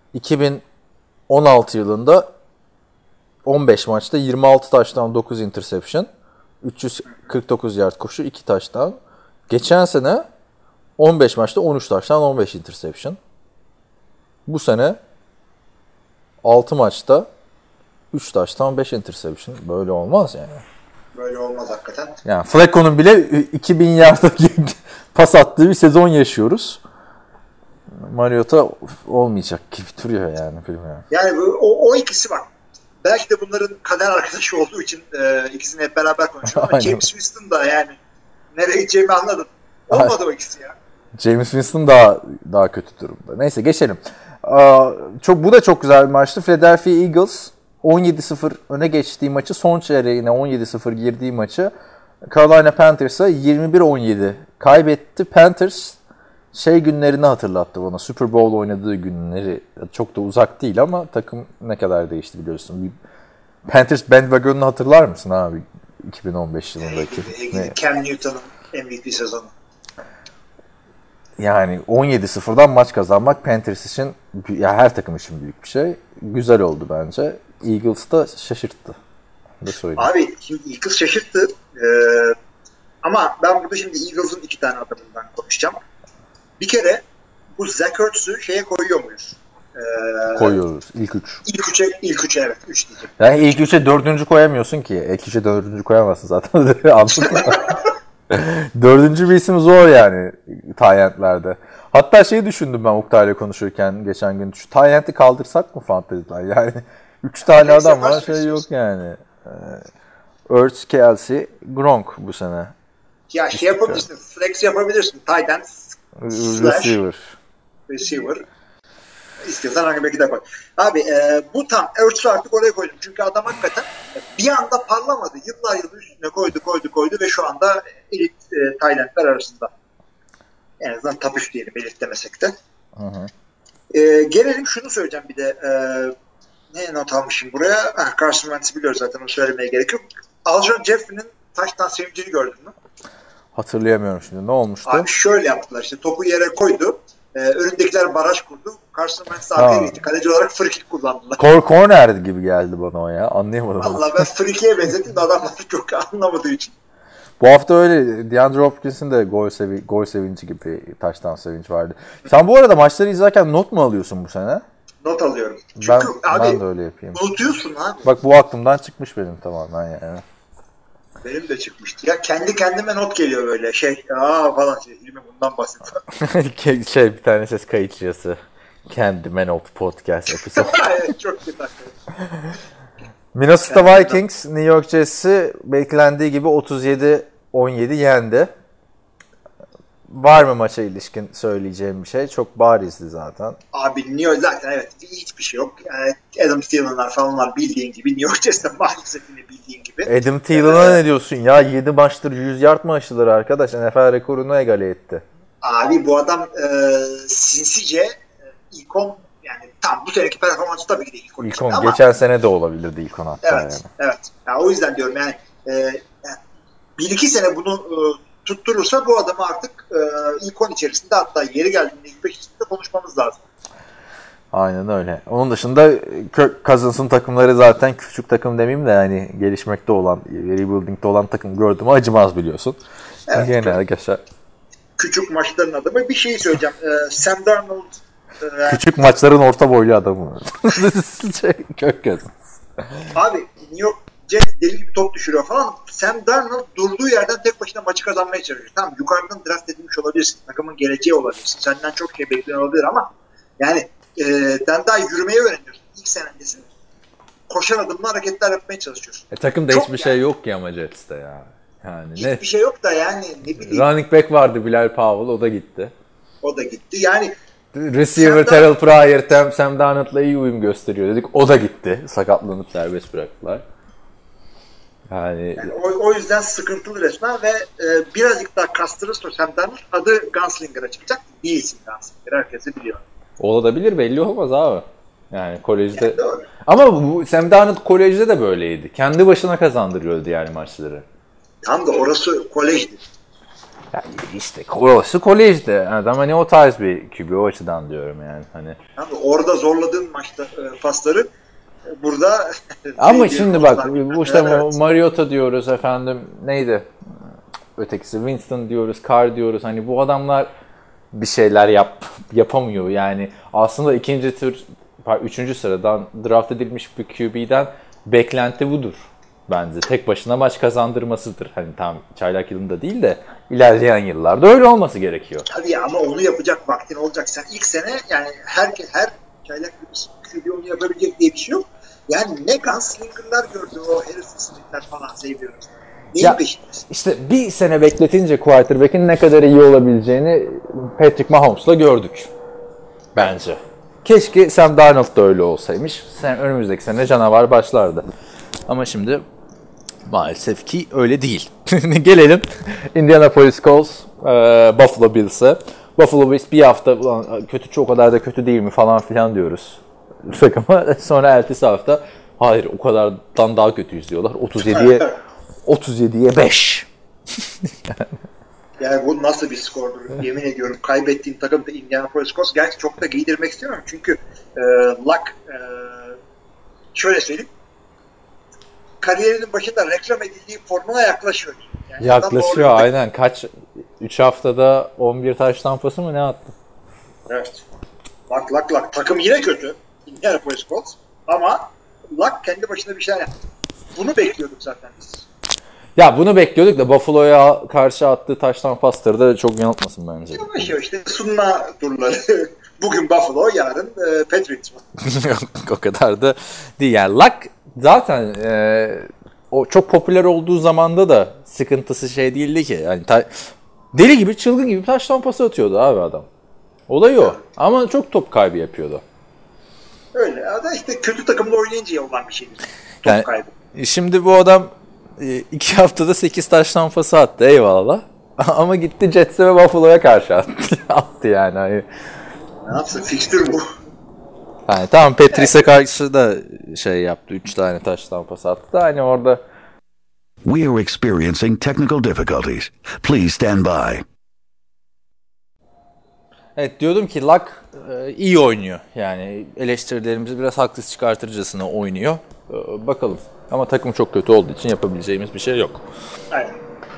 [SPEAKER 3] 2016 yılında 15 maçta 26 touchdown, 9 interception, 349 yard koşu, 2 touchdown. Geçen sene 15 maçta 13 touchdown, 15 interception. Bu sene 6 maçta 3 touchdown, 5 interception. Böyle olmaz yani.
[SPEAKER 4] Böyle olmaz hakikaten.
[SPEAKER 3] Yani Flacco'nun bile 2000 yarda pas attığı bir sezon yaşıyoruz. Mariota olmayacak gibi duruyor yani, bilmiyorum.
[SPEAKER 4] Yani o ikisi var. Belki de bunların kader arkadaşı olduğu için ikisini hep beraber konuşuyorum. Ama James Winston da yani nereye gideceğimi anladım. Olmadı o ikisi ya.
[SPEAKER 3] James Winston daha kötü durumda. Neyse geçelim. Bu da çok güzel bir maçtı. Philadelphia Eagles 17-0 öne geçtiği maçı, son çeyreğine 17-0 girdiği maçı Carolina Panthers'a 21-17 kaybetti. Panthers günlerini hatırlattı bana. Super Bowl oynadığı günleri. Çok da uzak değil ama takım ne kadar değişti biliyorsun. Panthers bandwagon'unu hatırlar mısın abi? 2015 yılındaki.
[SPEAKER 4] Cam Newton'un MVP sezonu.
[SPEAKER 3] Yani 17-0'dan maç kazanmak Panthers için, ya her takım için büyük bir şey. Güzel oldu bence. Eagles da şaşırttı.
[SPEAKER 4] Abi şimdi Eagles şaşırttı. Ama ben burada şimdi Eagles'ın 2 tane adamından konuşacağım. Bir kere bu Zach Ertz'ü koyuyor muyuz?
[SPEAKER 3] Koyuyoruz. İlk 3.
[SPEAKER 4] İlk 3'e evet. 3 diyeceğim.
[SPEAKER 3] Yani ilk 3'e 4. koyamıyorsun ki. İlk 3'e 4. koyamazsın zaten. Anladın mı? 4. bir isim zor yani Tyent'lerde. Hatta düşündüm ben Oktay'la konuşurken geçen gün. Şu Tyent'i kaldırsak mı fantasy'den? Yani 3 tane adam var, yok yani. Ertz, Kelsey, Gronk bu sene.
[SPEAKER 4] Ya yapabilirsin. Flex yapabilirsin. Tight end, receiver. İstiyorsan hangi belki de koy. Abi bu tam Ertz'ü artık oraya koydum. Çünkü adam hakikaten bir anda parlamadı. Yıllar üstüne koydu ve şu anda elit tight endler arasında. En azından top 3 diyelim, elit demesek de. Gelelim şunu söyleyeceğim bir de. Ne not almışım buraya? Carson Wentz'i biliyoruz zaten, onu söylemeye gerek yok. Alshon Jeffrey'nin touchdown sevincini gördün mü?
[SPEAKER 3] Hatırlayamıyorum şimdi. Ne olmuştu?
[SPEAKER 4] Abi şöyle yaptılar işte. Topu yere koydu. Önündekiler baraj kurdu. Carson Wentz arkaya gitti. Kaleci olarak free kick kullandılar.
[SPEAKER 3] Corner gibi geldi bana o ya. Anlayamadım.
[SPEAKER 4] Valla ben free kick'e benzettim de adamlar çok anlamadığı için.
[SPEAKER 3] Bu hafta öyle. DeAndre Hopkins'in de gol sevinci gibi touchdown sevinci vardı. Sen bu arada maçları izlerken not mu alıyorsun bu sene?
[SPEAKER 4] Not alıyorum. Çünkü
[SPEAKER 3] ben de öyle yapayım.
[SPEAKER 4] Unutuyorsun abi.
[SPEAKER 3] Bak bu aklımdan çıkmış benim tamamen yani.
[SPEAKER 4] Benim de çıkmıştı. Ya kendi kendime not geliyor böyle falan Hilmi bundan bahsediyor.
[SPEAKER 3] Bir tane ses kayıtçısı. Kendime not podcast episode.
[SPEAKER 4] Evet, çok güzel.
[SPEAKER 3] Minnesota Vikings New York Jets'i beklendiği gibi 37-17 yendi. Var mı maça ilişkin söyleyeceğim bir şey? Çok barizdi zaten.
[SPEAKER 4] Abi New York zaten evet hiçbir şey yok. Yani Adam Thielen'lar falanlar bildiğin gibi, New York Jets'ten maalesef yine bildiğin gibi.
[SPEAKER 3] Adam Thielen'a ne diyorsun ya? 7 maçtır 100 yard mı aşıları arkadaş? NFL rekorunu egale etti.
[SPEAKER 4] Abi bu adam sinsice ikon, yani tam bu seneki performansı tabii ki de ikon.
[SPEAKER 3] İlkon ama geçen sene de olabilirdi ilkon hatta
[SPEAKER 4] evet,
[SPEAKER 3] yani.
[SPEAKER 4] Evet. Yani o yüzden diyorum yani 1-2 sene bunu tutturursa bu adamı artık ikon içerisinde, hatta yeri geldiğinde ilk 5 içinde konuşmamız lazım.
[SPEAKER 3] Aynen öyle. Onun dışında Kirk Cousins'ın takımları zaten küçük takım demeyeyim de yani gelişmekte olan, rebuilding'de olan takım gördüğümü acımaz biliyorsun.
[SPEAKER 4] Evet.
[SPEAKER 3] Yine arkadaşlar.
[SPEAKER 4] Küçük maçların adamı. Bir şey söyleyeceğim. Sam Darnold
[SPEAKER 3] Küçük maçların orta boylu adamı. Kirk Cousins.
[SPEAKER 4] abi New York Jets deli gibi top düşürüyor falan. Sam Darnold durduğu yerden tek başına maçı kazanmaya çalışıyor. Tamam, yukarıdan draft edilmiş olabilirsin. Takımın geleceği olabilirsin. Senden çok şey bekliyor olabilir ama yani sen daha yürümeyi öğreniyorsun. İlk senendesin. Koşan adımla hareketler yapmaya çalışıyorsun.
[SPEAKER 3] Takımda
[SPEAKER 4] Çok
[SPEAKER 3] hiçbir şey yok ki ama Jets'te ya. Yani
[SPEAKER 4] hiçbir şey yok da yani ne bileyim.
[SPEAKER 3] Running back vardı Bilal Powell, o da gitti.
[SPEAKER 4] O da gitti. Yani
[SPEAKER 3] Receiver Terrell Pryor, Sam Darnold'la iyi uyum gösteriyor dedik. O da gitti. Sakatlanıp serbest bıraktılar. Yani
[SPEAKER 4] o yüzden sıkıntılı resmen ve birazcık daha kastırırsa Sam Darnold adı Gunslinger'a çıkacak. Değilsin Gunslinger. Herkesi biliyor.
[SPEAKER 3] olabilir, belli olmaz abi. Yani kolejde.
[SPEAKER 4] Yani doğru.
[SPEAKER 3] Ama bu Sam Darnold kolejde de böyleydi. Kendi başına kazandırıyordu yani maçları.
[SPEAKER 4] Tam da orası kolejdi.
[SPEAKER 3] Yani işte orası kolejde. Adam hani o tarz bir QB, o açıdan diyorum yani. Hani.
[SPEAKER 4] Tam da orada zorladığın maçta pasları burada
[SPEAKER 3] Ama şimdi bak bu işte
[SPEAKER 4] evet.
[SPEAKER 3] Mariota diyoruz efendim, neydi? Ötekisi Winston diyoruz, Carr diyoruz. Hani bu adamlar bir şeyler yapamıyor. Yani aslında üçüncü sıradan draft edilmiş bir QB'den beklenti budur bence. Tek başına maç kazandırmasıdır. Hani tam çaylak yılında değil de ilerleyen yıllarda öyle olması gerekiyor.
[SPEAKER 4] Tabii ya, ama onu yapacak vaktin olacak. Sen ilk sene yani her çaylak QB onu yapabilecek diye bir şey yok. Yani ne Gunslinger'lar gördü o Harrison Smith'ler falan seviyoruz. Neyin peşindesin?
[SPEAKER 3] İşte bir sene bekletince quarterback'in ne kadar iyi olabileceğini Patrick Mahomes'la gördük. Bence. Keşke Sam Darnold da öyle olsaymış. Önümüzdeki sene canavar başlardı. Ama şimdi maalesef ki öyle değil. Gelelim Indianapolis Colts, Buffalo Bills'e. Buffalo Bills bir hafta kötü, o kadar da kötü değil mi falan filan diyoruz takıma. Sonra ertesi hafta hayır, o kadardan daha kötüyüz diyorlar. 37'ye 5.
[SPEAKER 4] Yani bu nasıl bir skordur? Yemin ediyorum kaybettiğim takım da Indianapolis Colts. Gerçi çok da giydirmek istemiyorum çünkü Luck şöyle söyleyeyim, kariyerinin başında reklam edildiği formuna yaklaşıyor. Yani
[SPEAKER 3] Yaklaşıyor aynen. 3 haftada 11 taş tampası mı ne attı?
[SPEAKER 4] Evet. Luck. Takım yine kötü. Indianapolis Colts. Ama Luck kendi başına bir şeyler yaptı. Bunu bekliyorduk zaten biz.
[SPEAKER 3] Ya bunu bekliyorduk da Buffalo'ya karşı attığı taştan pasları da çok yanıltmasın bence.
[SPEAKER 4] Yavaş yavaş işte sunma turları. Bugün Buffalo, yarın Patriots mı?
[SPEAKER 3] O kadar da değil. Yani Luck zaten o çok popüler olduğu zamanda da sıkıntısı şey değildi ki. Yani deli gibi, çılgın gibi taştan pası atıyordu abi adam. Olay o. Ama çok top kaybı yapıyordu.
[SPEAKER 4] Öyle. Da işte kötü takımla oynayınca olan bir şeydi. Top
[SPEAKER 3] Yani,
[SPEAKER 4] kaybı.
[SPEAKER 3] şimdi bu adam 2 haftada 8 taştan pası attı, eyvallah. Ama gitti Jets'e ve Buffalo'ya karşı attı yani. Hani.
[SPEAKER 4] Ne yapsın? Fikstür bu.
[SPEAKER 3] Yani tamam, Patrice'e karşı da şey yaptı. 3 tane taştan pas attı da hani orada.
[SPEAKER 5] We are experiencing technical difficulties. Please stand by.
[SPEAKER 3] Evet, diyordum ki Luck iyi oynuyor. Yani eleştirilerimizi biraz haksız çıkartırcasına oynuyor. Bakalım. Ama takım çok kötü olduğu için yapabileceğimiz bir şey yok.
[SPEAKER 4] Aynen.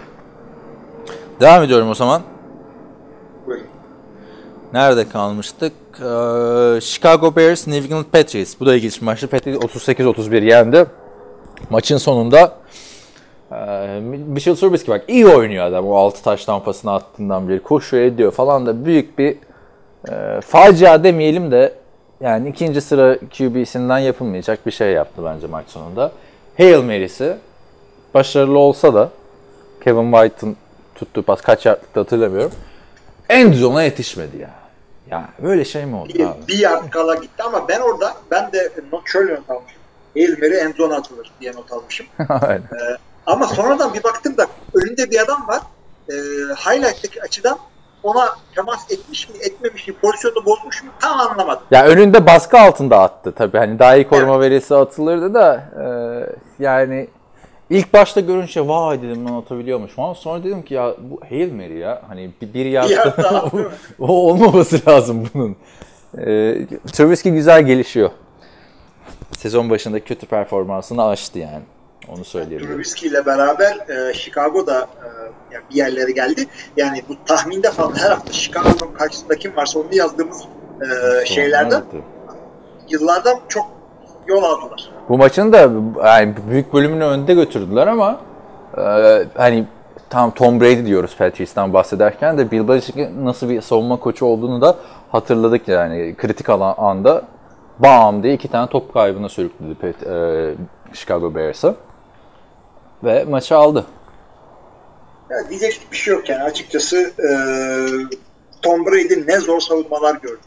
[SPEAKER 3] Devam ediyorum o zaman.
[SPEAKER 4] Buyurun.
[SPEAKER 3] Nerede kalmıştık? Chicago Bears, New England Patriots. Bu da ilginç bir maçtı. Patriots 38-31 yendi. Maçın sonunda Mitchell Trubisky bak iyi oynuyor adam. O 6 taş tampasını attığından beri koşuyor ediyor falan da büyük bir facia demeyelim de yani ikinci sıra QB'sinden yapılmayacak bir şey yaptı bence maç sonunda. Hail Mary'si başarılı olsa da Kevin White'ın tuttuğu pas kaç yardlıkta hatırlamıyorum. End zone'a yetişmedi ya. Ya böyle şey mi oldu abi?
[SPEAKER 4] Bir yard kala gitti ama ben de şöyle not almışım. Hail Mary end zone atılır diye not almışım. Ama sonradan bir baktım da önünde bir adam var. Highlight'taki açıdan ona temas etmiş mi, etmemiş mi, pozisyonu bozmuş mu tam anlamadım.
[SPEAKER 3] Ya önünde baskı altında attı tabii. Hani daha iyi koruma verisi atılırdı da yani ilk başta görünce vay dedim, ben atabiliyormuş falan. Sonra dedim ki ya bu Hail Mary ya. Hani bir yardta o olmaması lazım bunun. Trubisky güzel gelişiyor. Sezon başında kötü performansını aştı yani. Onu söyleyebilirim.
[SPEAKER 4] Trubisky ile beraber Chicago'da yani bir yerlere geldi. Yani bu tahminde falan her hafta Chicago'nun karşısında kim varsa onu yazdığımız şeylerden yıllardan çok yol aldılar.
[SPEAKER 3] Bu maçın da yani büyük bölümünü önde götürdüler ama hani tam Tom Brady diyoruz Patriots'tan bahsederken de Bill Belichick'in nasıl bir savunma koçu olduğunu da hatırladık yani. Kritik anda bam diye 2 tane top kaybına sürükledi Chicago Bears'a ve maçı aldı.
[SPEAKER 4] Ya diyecek bir şey yok yani açıkçası Tom Brady ne zor savunmalar gördü.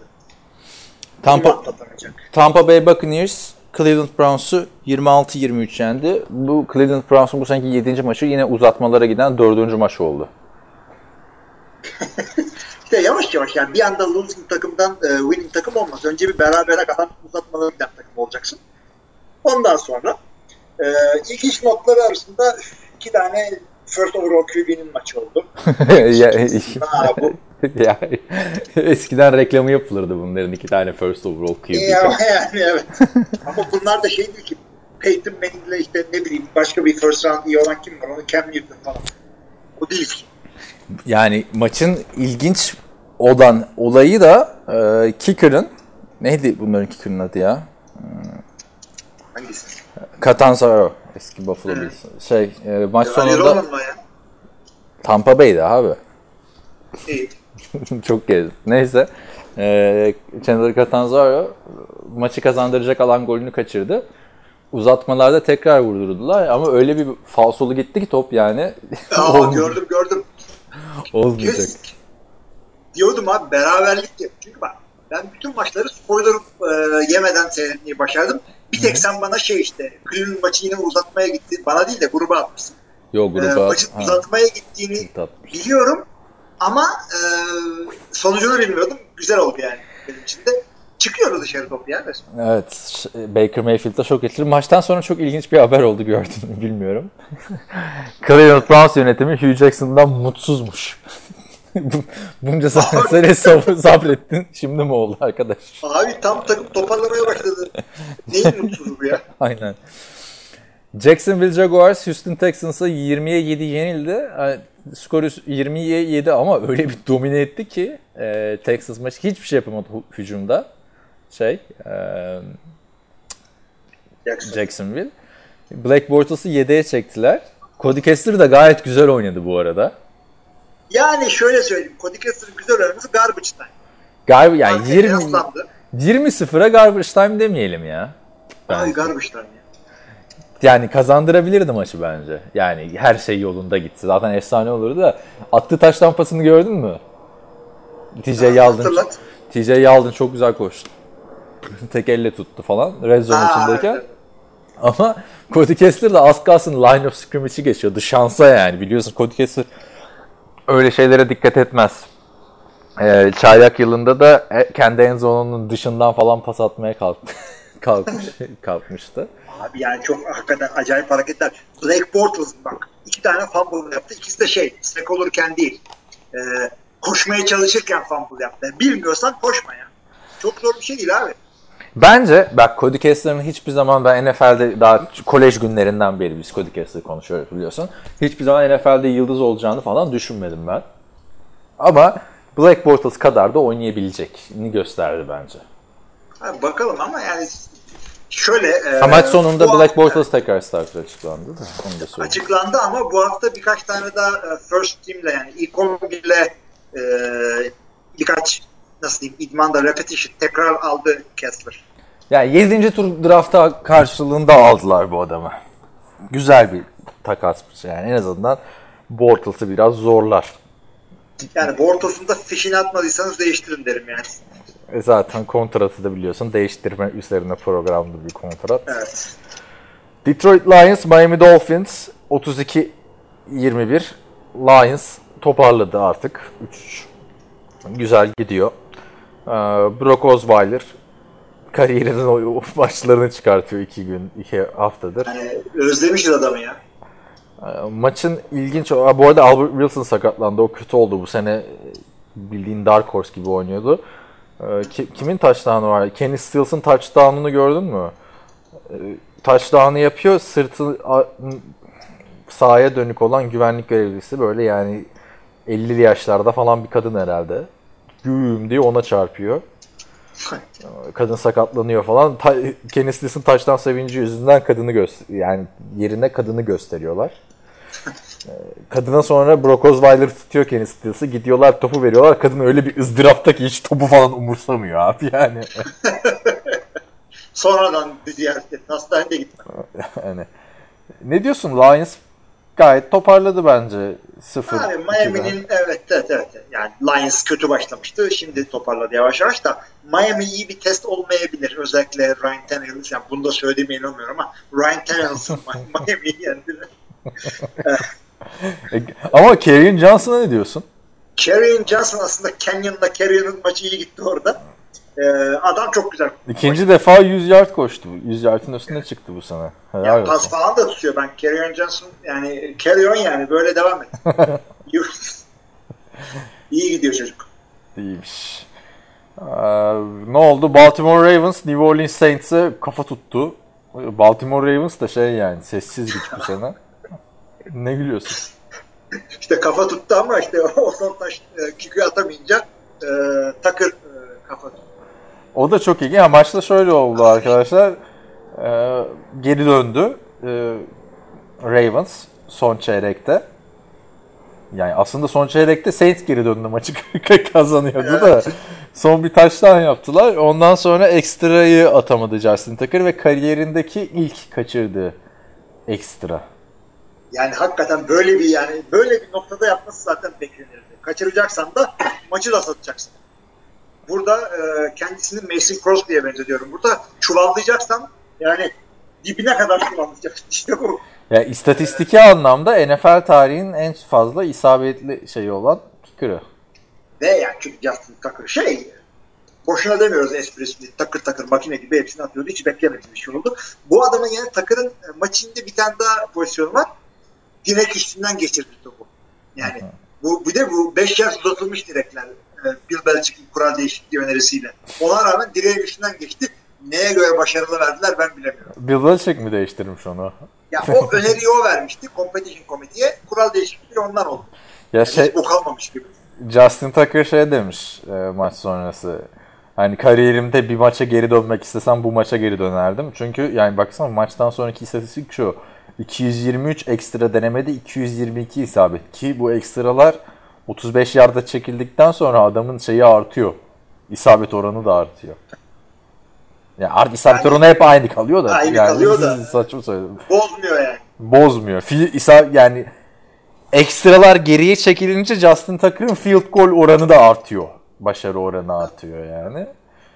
[SPEAKER 3] Tampa Bay Buccaneers Cleveland Browns'u 26-23 yendi. Bu Cleveland Browns'un bu seneki 7. maçı yine uzatmalara giden 4. maç oldu.
[SPEAKER 4] İşte yavaş yavaş yani bir anda losing takımdan winning takım olmaz. Önce bir berabere kalan uzatmalara giden takım olacaksın. Ondan sonra ilginç notları arasında 2 tane first overall QB'nin maçı oldu.
[SPEAKER 3] Ya, eskiden reklamı yapılırdı bunların 2 tane first overall QB.
[SPEAKER 4] Yani evet. Ama bunlar da şey değil ki Peyton Manning'le işte ne bileyim başka bir first round iyi olan kim var? Onun Cam Newton falan. O değil ki.
[SPEAKER 3] Yani maçın ilginç olan olayı da kicker'ın neydi bunların kicker'ın adı ya?
[SPEAKER 4] Hangisi?
[SPEAKER 3] Catanzaro. Eski Buffalo Bills. Maç sonunda Tampa Bay'di abi.
[SPEAKER 4] İyi.
[SPEAKER 3] Çok gezdi. Neyse. Chandler Catanzaro maçı kazandıracak alan golünü kaçırdı. Uzatmalarda tekrar vurdurdular ama öyle bir falsolu gitti ki top yani.
[SPEAKER 4] Gördüm.
[SPEAKER 3] Olmayacak.
[SPEAKER 4] Diyordum abi beraberlik yap. Çünkü bak ben bütün maçları spoiler yemeden seyretmeyi başardım. Bir tek sen bana işte Cleveland maçı yine uzatmaya gitti. Bana değil de gruba atmışsın.
[SPEAKER 3] Yok gruba.
[SPEAKER 4] Maçın uzatmaya gittiğini biliyorum ama sonucunu bilmiyordum. Güzel oldu yani benim için de. Çıkıyoruz dışarı topu yani.
[SPEAKER 3] Evet. Baker Mayfield'da şok geçirdi. Maçtan sonra çok ilginç bir haber oldu gördün mü bilmiyorum. Cleveland Browns yönetimi Hugh Jackson'dan mutsuzmuş. Bunca sene sabrettin. Şimdi mi oldu arkadaş?
[SPEAKER 4] Abi tam takım toparlamaya başladı. Neyin mutsuzu bu ya?
[SPEAKER 3] Aynen. Jacksonville Jaguars Houston Texans'a 20'ye 7 yenildi. Skoru 20'ye 7 ama öyle bir domine etti ki Texas maçı hiçbir şey yapamadı hücumda. Jacksonville. Black Bortles'ı 7'ye çektiler. Cody Kessler de gayet güzel oynadı bu arada.
[SPEAKER 4] Yani şöyle söyleyeyim. Cody Kessler'ın güzel oynaması garbage time.
[SPEAKER 3] Yani 20-0'a garbage time demeyelim ya.
[SPEAKER 4] Ay garbage time ya.
[SPEAKER 3] Yani kazandırabilirdi maçı bence. Yani her şey yolunda gitti. Zaten efsane olurdu da. Attığı taş tampasını gördün mü? TJ Yeldon çok güzel koştu. Tek elle tuttu falan. Red zone içindeyken. Evet. Ama Cody Kessler de az kalsın line of scrimmage'i geçiyordu. Şansa yani. Biliyorsun Cody Kessler öyle şeylere dikkat etmez. Çaylak yılında da kendi end zone'unun dışından falan pas atmaya kalkmıştı.
[SPEAKER 4] Abi yani çok hakikaten acayip hareketler. Blake Bortles bak 2 tane fumble yaptı. İkisi de sack olurken değil. Koşmaya çalışırken fumble yaptı. Bilmiyorsan koşma ya. Çok zor bir şey değil abi.
[SPEAKER 3] Bence bak Cody Kessler'ın hiçbir zaman ben NFL'de daha kolej günlerinden beri biz Cody Kessler konuşuyoruz biliyorsun. Hiçbir zaman NFL'de yıldız olacağını falan düşünmedim ben. Ama Black Bortles kadar da oynayabilecekini gösterdi bence.
[SPEAKER 4] Abi bakalım ama yani şöyle...
[SPEAKER 3] Maç sonunda Black Bortles tekrar starter açıklandı da. Onu da
[SPEAKER 4] açıklandı ama bu hafta birkaç tane daha first team'le yani ilk 11'le birkaç nasıl diyeyim idmanda repetition tekrar aldı Kessler.
[SPEAKER 3] Yani 7. tur drafta karşılığında aldılar bu adamı. Güzel bir takasmış yani en azından Bortles'ı biraz zorlar.
[SPEAKER 4] Yani Bortles'un da fişini atmadıysanız değiştirin derim yani.
[SPEAKER 3] Zaten kontratı da biliyorsun değiştirme üzerine programlı bir kontrat.
[SPEAKER 4] Evet.
[SPEAKER 3] Detroit Lions, Miami Dolphins 32-21. Lions toparladı artık. 3 güzel gidiyor. Brock Osweiler kariyerinin o maçlarını çıkartıyor 2 haftadır.
[SPEAKER 4] Yani özlemişiz adamı ya.
[SPEAKER 3] Maçın ilginç... Bu arada Albert Wilson sakatlandı. O kötü oldu bu sene. Bildiğin Dark Horse gibi oynuyordu. Kimin touchdown'u var? Kenny Stills'ın touchdown'unu gördün mü? Touchdown'u yapıyor, sırtı sahaya dönük olan güvenlik görevlisi böyle yani 50'li yaşlarda falan bir kadın herhalde. Güm diye ona çarpıyor. Kadın sakatlanıyor falan. Kenny Stills'ın touchdown sevinci yüzünden yani yerine kadını gösteriyorlar. Kadına sonra Brock Osweiler tutuyor Kenny Stills'ı. Gidiyorlar topu veriyorlar. Kadın öyle bir ızdırapta ki hiç topu falan umursamıyor abi yani.
[SPEAKER 4] Sonradan ziyaret ettin. Hastanede gittin.
[SPEAKER 3] Yani. Ne diyorsun? Lions gayet toparladı bence. 0
[SPEAKER 4] Abi Miami'nin evet. Yani Lions kötü başlamıştı. Şimdi toparladı yavaş yavaş da Miami iyi bir test olmayabilir. Özellikle Ryan Tannehill. Yani bunu da söylediğime inanmıyorum ama Ryan Tannehill'sın Miami'yi yendiler.
[SPEAKER 3] Ama Kerryon Johnson'a ne diyorsun?
[SPEAKER 4] Kerryon Johnson aslında Canyon'la Kerryon'un maçı iyi gitti orada. Adam çok güzel.
[SPEAKER 3] İkinci defa 100 yard koştu. 100 yardın üstüne çıktı bu sene.
[SPEAKER 4] Ya, pas falan da tutuyor. Ben Kerryon Johnson yani Kerryon yani böyle devam et. İyi gidiyor çocuk.
[SPEAKER 3] İyiymiş. Ne oldu? Baltimore Ravens New Orleans Saints'e kafa tuttu. Baltimore Ravens da yani sessiz güç bu sene. Ne gülüyorsun?
[SPEAKER 4] İşte kafa tuttu ama işte o son taş kükü atamayınca Tucker kafa tuttu.
[SPEAKER 3] O da çok iyi. Maçta şöyle oldu arkadaşlar. Geri döndü Ravens son çeyrekte. Yani aslında son çeyrekte Saints geri döndü, maçı kazanıyordu da son bir touchdown yaptılar. Ondan sonra ekstrayı atamadı Justin Tucker ve kariyerindeki ilk kaçırdığı ekstra.
[SPEAKER 4] Yani hakikaten böyle bir noktada yapması zaten beklenirdi. Kaçıracaksan da maçı da satacaksın. Burada kendisini Mason Crosby'ye benzetiyorum. Burada çuvallayacaksan yani dibine kadar çuvallayacaksın. İşte bu.
[SPEAKER 3] Ya istatistiki anlamda NFL tarihinin en fazla isabetli şeyi olan kicker'ı.
[SPEAKER 4] Ve yani çünkü Justin Tucker boşuna demiyoruz esprisini. Takır makine gibi hepsini atıyordu. Hiç beklemediğim bir şey oldu. Bu adamın yani Tucker'ın maçında bir tane daha pozisyonu var. Direk üstünden geçirdi topu. Yani bu 5 yaş uzatılmış direkler. Bill Belichick'in kural değişikliği önerisiyle. Ona rağmen direğin üstünden geçti. Neye göre başarılı verdiler ben bilemiyorum.
[SPEAKER 3] Bill Belichick mi değiştirmiş onu?
[SPEAKER 4] Ya o öneriyi o vermişti Competition Committee'ye. Kural değişikliği ondan oldu.
[SPEAKER 3] Ya
[SPEAKER 4] hiç bu kalmamış gibi.
[SPEAKER 3] Justin Tucker demiş maç sonrası. Hani kariyerimde bir maça geri dönmek istesem bu maça geri dönerdim. Çünkü yani baksana maçtan sonraki istatistik şu. 223 ekstra denemede 222 isabet ki bu ekstralar 35 yarda çekildikten sonra adamın şeyi artıyor. İsabet oranı da artıyor. Yani isabet oranı hep aynı kalıyor da.
[SPEAKER 4] Aynı kalıyor da.
[SPEAKER 3] Saçma söyledim.
[SPEAKER 4] Bozmuyor yani.
[SPEAKER 3] Bozmuyor. Yani ekstralar geriye çekilince Justin Tucker'ın field goal oranı da artıyor. Başarı oranı artıyor yani.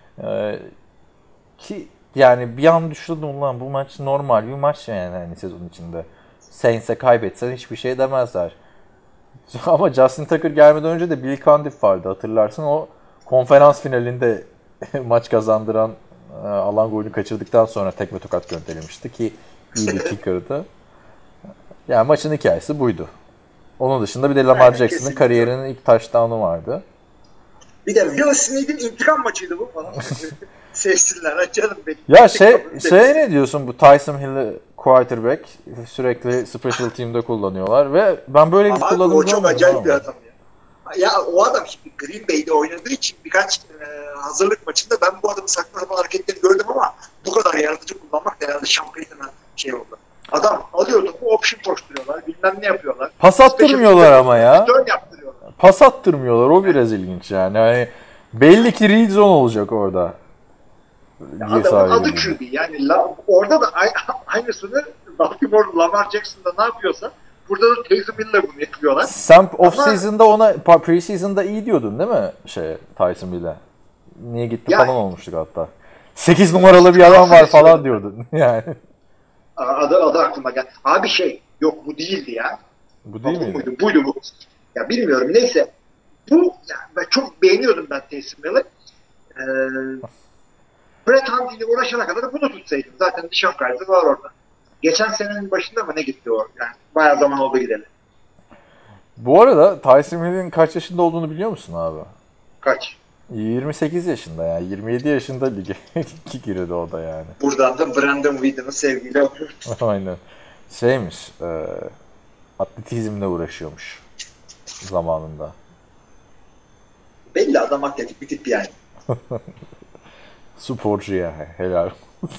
[SPEAKER 3] Ki yani bir an düşündüm ulan bu maç normal bir maç yani hani sezon içinde. Saints'e kaybetsen hiçbir şey demezler. Ama Justin Tucker gelmeden önce de Bill Candiff vardı hatırlarsın. O konferans finalinde maç kazandıran alan golünü kaçırdıktan sonra tekme tokat gönderilmişti ki iyi bir kicker'dı. Yani maçın hikayesi buydu. Onun dışında bir de Lamar Jackson'ın kariyerinin ilk touchdown'u vardı.
[SPEAKER 4] Bir de Will Smith'in intikam maçıydı bu falan. Sevsinler canım benim.
[SPEAKER 3] Ya ne diyorsun bu Tyson Hill'i quarterback sürekli special team'de kullanıyorlar ve ben böyle bir kullanım
[SPEAKER 4] görmedim. O çok acayip bir adam ya. Ya o adam şimdi Green Bay'de oynadığı için birkaç hazırlık maçında ben bu adamın saçma sapan hareketlerini gördüm ama bu kadar yaratıcı kullanmak da herhalde şampiyonun oldu. Adam alıyor topu option koşturuyorlar bilmem ne yapıyorlar.
[SPEAKER 3] Pas attırmıyorlar ama ya.
[SPEAKER 4] Return yaptırıyorlar.
[SPEAKER 3] Pas attırmıyorlar o biraz ilginç yani. Hani belli ki read zone olacak orada.
[SPEAKER 4] Adamın adı QB yani orada da aynısını Baltimore Lamar Jackson'da ne yapıyorsa burada da Taysom Hill'le bunu yapıyorlar.
[SPEAKER 3] Sen off-season'da ona pre-season'da iyi diyordun değil mi Tyson Hill'e? Niye gitti falan olmuştuk hatta. 8 numaralı bir adam var falan diyordun yani.
[SPEAKER 4] Adı aklıma geldi. Abi yok bu değildi ya.
[SPEAKER 3] Bu değil miydi?
[SPEAKER 4] Buydu bu. Ya bilmiyorum neyse. Bu yani ben çok beğeniyordum ben Taysom Hill'i. Brett Hundley'le uğraşana kadar bunu tutsaydım. Zaten Dishon Kaiser var orada. Geçen senenin başında mı ne gitti o? Yani bayağı zaman oldu gidelim.
[SPEAKER 3] Bu arada Tyson Hill'in kaç yaşında olduğunu biliyor musun abi?
[SPEAKER 4] Kaç?
[SPEAKER 3] 28 yaşında yani. 27 yaşında lige girdi o da yani.
[SPEAKER 4] Buradan da Brandon Whedon'u sevgiyle öpüyoruz.
[SPEAKER 3] Aynen. Şeymiş, atletizmle uğraşıyormuş zamanında.
[SPEAKER 4] Belli adam atletik bir tip yani.
[SPEAKER 3] Sporcu ya, helal.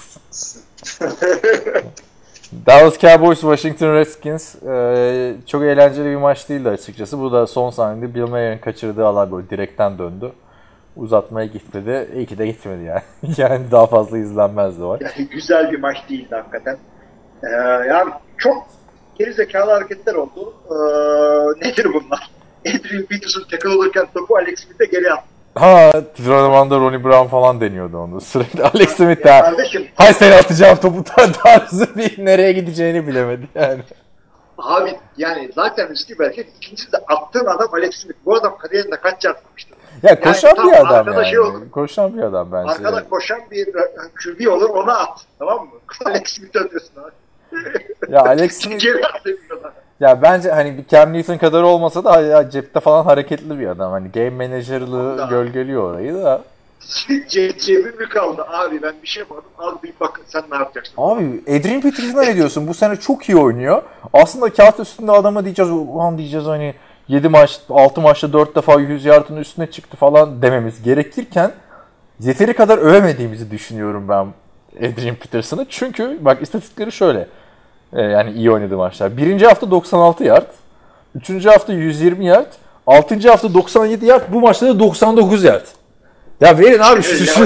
[SPEAKER 3] Dallas Cowboys Washington Redskins çok eğlenceli bir maç değildi açıkçası. Bu da son saniyede Bill Mayer'in kaçırdığı alan böyle direkten döndü. Uzatmaya gitmedi. İyi ki de gitmedi yani. Yani daha fazla izlenmezdi var.
[SPEAKER 4] Yani güzel bir maç değildi hakikaten. Yani çok gerizekalı hareketler oldu. Nedir bunlar? Adrian Peterson tackle olurken topu Alex Smith'e geri attı.
[SPEAKER 3] Ha, zamanında Ronnie Brown falan deniyordu onu. Sürekli Alex Smith de
[SPEAKER 4] Kardeşim,
[SPEAKER 3] hay seni atacağım topu tarzı bir nereye gideceğini bilemedi yani.
[SPEAKER 4] abi yani zaten riskli bir hareket. İkincisi de attığın adam Alex Smith. Bu adam kariyerinde kaç çarpmıştır?
[SPEAKER 3] Ya koşan
[SPEAKER 4] tam
[SPEAKER 3] bir adam
[SPEAKER 4] arkada
[SPEAKER 3] yani.
[SPEAKER 4] şey olur.
[SPEAKER 3] Koşan bir adam bence.
[SPEAKER 4] Arkada koşan bir QB olur, ona at. Tamam mı? Alex Smith ötüyorsun abi.
[SPEAKER 3] Ya Alex Smith
[SPEAKER 4] Geri at demiyorlar.
[SPEAKER 3] ya bence hani bir Cam Newton kadar olmasa da ya cepte falan hareketli bir adam. Hani game manager'lığı gölgeliyor orayı da.
[SPEAKER 4] Cebim mi kaldı abi, ben bir şey yapmadım. Al bir bak sen ne yapacaksın?
[SPEAKER 3] Abi Adrian Peterson'a ne diyorsun? Bu sene çok iyi oynuyor. Aslında kağıt üstünde adama diyeceğiz, ulan diyeceğiz hani 7 maç, 6 maçta 4 defa 100 yardın üstüne çıktı falan dememiz gerekirken yeteri kadar övemediğimizi düşünüyorum ben Adrian Peterson'ı. Çünkü bak istatistikleri şöyle. Yani iyi oynadığı maçlar. Birinci hafta 96 yard. Üçüncü hafta 120 yard. Altıncı hafta 97 yard. Bu maçta da 99 yard. Ya verin abi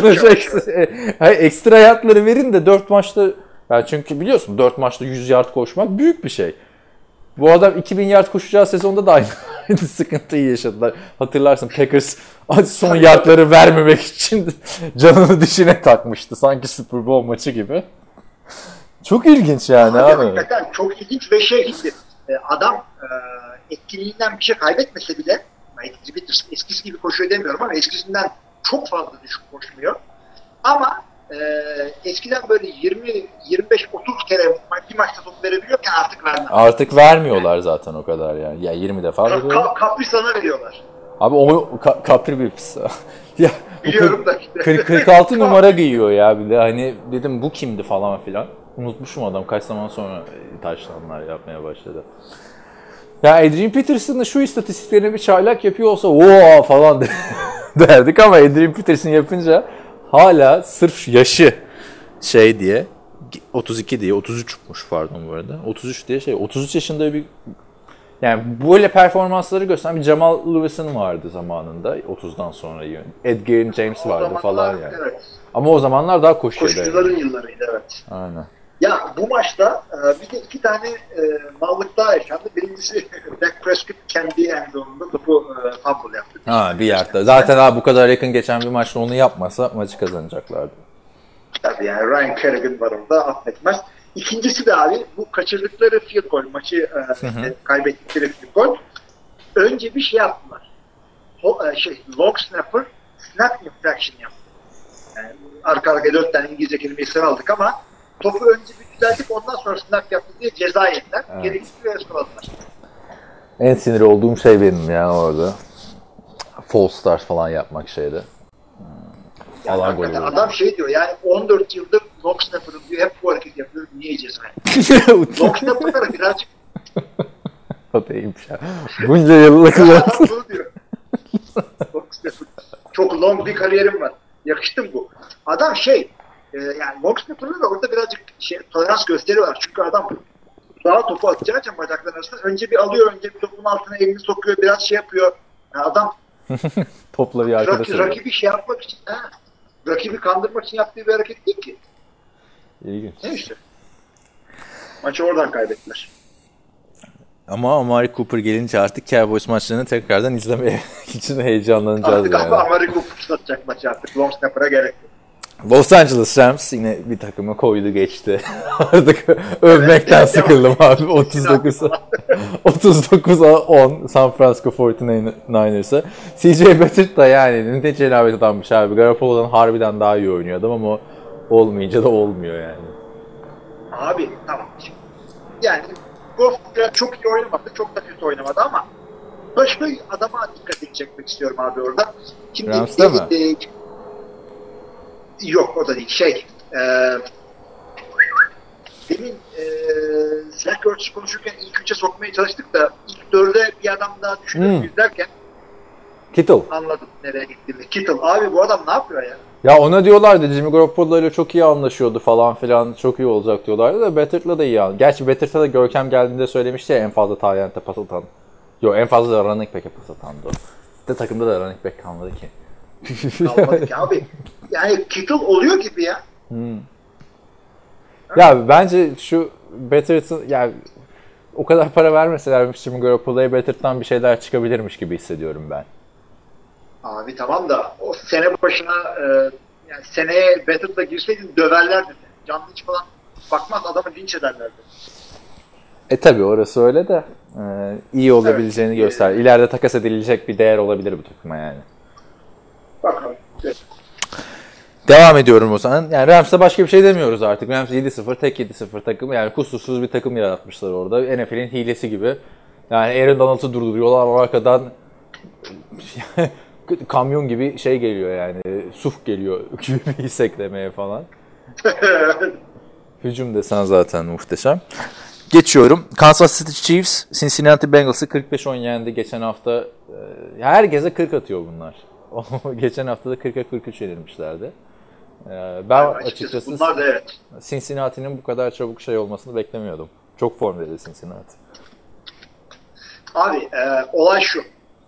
[SPEAKER 3] ekstra yardları verin de 4 maçta, yani çünkü biliyorsun 4 maçta 100 yard koşmak büyük bir şey. Bu adam 2000 yard koşacağı sezonda da aynı sıkıntıyı yaşadılar. Hatırlarsın Packers son yardları vermemek için canını dişine takmıştı. Sanki Super Bowl maçı gibi. Çok ilginç yani abi.
[SPEAKER 4] Hakikaten çok ilginç ve adam etkinliğinden bir şey kaybetmese bile, eskisi gibi koşuyor demiyorum ama eskisinden çok fazla düşük koşmuyor. Ama eskiden böyle 20-25-30 kere bir maçta top verebiliyorken artık vermez.
[SPEAKER 3] Artık vermiyorlar zaten o kadar yani. Ya 20 defa veriyor.
[SPEAKER 4] Kapri sana veriyorlar.
[SPEAKER 3] Abi o Capri bir pis. Ya
[SPEAKER 4] Biliyorum da işte.
[SPEAKER 3] 46 numara giyiyor ya bir de, hani dedim bu kimdi falan filan. Unutmuşum adam kaç zaman sonra taşlanlar yapmaya başladı. Ya Adrian Peterson'ın şu istatistiklerini bir çaylak yapıyor olsa ooo falan derdik ama Adrian Peterson yapınca hala sırf yaşı şey diye 32 diye 33'müş pardon bu arada. 33 diye 33 yaşında bir, yani böyle performansları gösteren bir Jamal Lewis'in vardı zamanında 30'dan sonra. Edgar James vardı falan yani. Evet. Ama o zamanlar daha koşuyordu.
[SPEAKER 4] Koşucuların yıllarıydı evet.
[SPEAKER 3] Aynen.
[SPEAKER 4] Ya bu maçta bir de iki tane mallık daha yaşandı. Birincisi Dak Prescott kendi endonunda topu fumble yaptı.
[SPEAKER 3] Ha bir yerde. Zaten abi bu kadar yakın geçen bir maçta onu yapmasa maçı kazanacaklardı.
[SPEAKER 4] Tabii yani Ryan Kerrigan var orada, affetmez. İkincisi de abi bu kaçırdıkları field goal maçı kaybettikleri field goal. Önce bir şey yaptılar. Long snapper snap infraction yaptı. Yani arka arkaya 4 tane İngilizce kelimeyi aldık ama topu önce bir düzeltip ondan sonra snap yaptı diye ceza yediler. Evet. Geri gitti ve ıskaladılar.
[SPEAKER 3] En sinir olduğum şey benim ya orada. False start falan yapmak şeyde.
[SPEAKER 4] Yani adam şey diyor yani 14 yıldır long snapper'ım diyor, hep bu hareket yapıyorum, niye ceza yediler? Long snapper'lara birazcık
[SPEAKER 3] o da iyiymiş ya. Bunca yıllık
[SPEAKER 4] bunu diyor. Çok long bir kariyerim var. Yakıştı mı bu? Adam yani long snapper'da da orada birazcık tolerans gösteriyorlar. Çünkü adam daha topu atacağı için bacakların arasında önce bir alıyor, önce bir topun altına elini sokuyor, biraz şey yapıyor. Yani adam
[SPEAKER 3] topla bir arkadaş
[SPEAKER 4] rakibi şey yapmak için, rakibi kandırmak için yaptığı bir hareket değil ki.
[SPEAKER 3] İlginç.
[SPEAKER 4] Ne işte. Maçı oradan kaybettiler.
[SPEAKER 3] Ama Amari Cooper gelince artık Cowboys maçlarını tekrardan izlemeye için heyecanlanacağız
[SPEAKER 4] artık
[SPEAKER 3] yani.
[SPEAKER 4] Artık Amari Cooper tutacak maçı artık. Long snapper'a gerek yok.
[SPEAKER 3] Los Angeles Rams yine bir takımı koydu geçti. Artık övmekten sıkıldım abi. 39-10 San Francisco 49ers'a. CJ Beathard da yani ne cenabet adammış abi. Garoppolo'dan harbiden daha iyi oynuyor adam ama olmayınca da olmuyor yani.
[SPEAKER 4] Abi tamam. Yani Goff çok iyi oynamadı, çok da kötü oynamadı ama Başka adama dikkatini çekmek istiyorum abi orada. Şimdi
[SPEAKER 3] Rams'ta mı?
[SPEAKER 4] Yok o da değil. Demin Zach Ertz konuşurken ilk 3'e sokmaya çalıştık da ilk 4'e bir adam daha düşünür müyüz derken
[SPEAKER 3] Kittle.
[SPEAKER 4] anladım nereye gittiğini. Kittle. Abi bu adam ne yapıyor ya?
[SPEAKER 3] Ya ona diyorlardı Jimmy Garoppolo ile çok iyi anlaşıyordu falan filan, çok iyi olacak diyorlardı da Beathard'la da iyi anlaşıyor. Gerçi Beathard'a da Görkem geldiğinde söylemişti ya en fazla Tyent'e pas atan. Yok en fazla da running back'e pas atandı o. De takımda da running back kalmadı ki.
[SPEAKER 4] Kalmadı ki abi. Yani Kittle oluyor gibi ya.
[SPEAKER 3] Ya bence şu Beathard'ın yani o kadar para vermeseler Jimmy Garoppolo'ya Beathard'dan bir şeyler çıkabilirmiş gibi hissediyorum ben.
[SPEAKER 4] Abi tamam da o sene başına yani seneye Beathard'la girseydin döverlerdi seni. Canlı hiç falan bakmaz adamı linç ederlerdi.
[SPEAKER 3] Tabi orası öyle de iyi olabileceğini
[SPEAKER 4] Evet.
[SPEAKER 3] göster. İleride takas edilecek bir değer olabilir bu takıma yani.
[SPEAKER 4] Bakalım. Evet.
[SPEAKER 3] Devam ediyorum o zaman. Yani Rams'ta başka bir şey demiyoruz artık. Rams 7-0, tek 7-0 takım. Yani kusursuz bir takım yaratmışlar orada. NFL'in hilesi gibi. Yani Aaron Donald'ı durduruyorlar. Arkadan kamyon gibi şey geliyor yani. Suf geliyor QB'yi seklemeye falan. Hücum desen zaten muhteşem. Geçiyorum. Kansas City Chiefs, Cincinnati Bengals'ı 45-10 yendi geçen hafta. Herkese 40 atıyor bunlar. Geçen hafta da 40'a 43 yenilmişlerdi. Ben açıkçası
[SPEAKER 4] bunlar da evet.
[SPEAKER 3] Cincinnati'nin bu kadar çabuk şey olmasını beklemiyordum. Çok formdaydı Cincinnati.
[SPEAKER 4] Abi olay şu.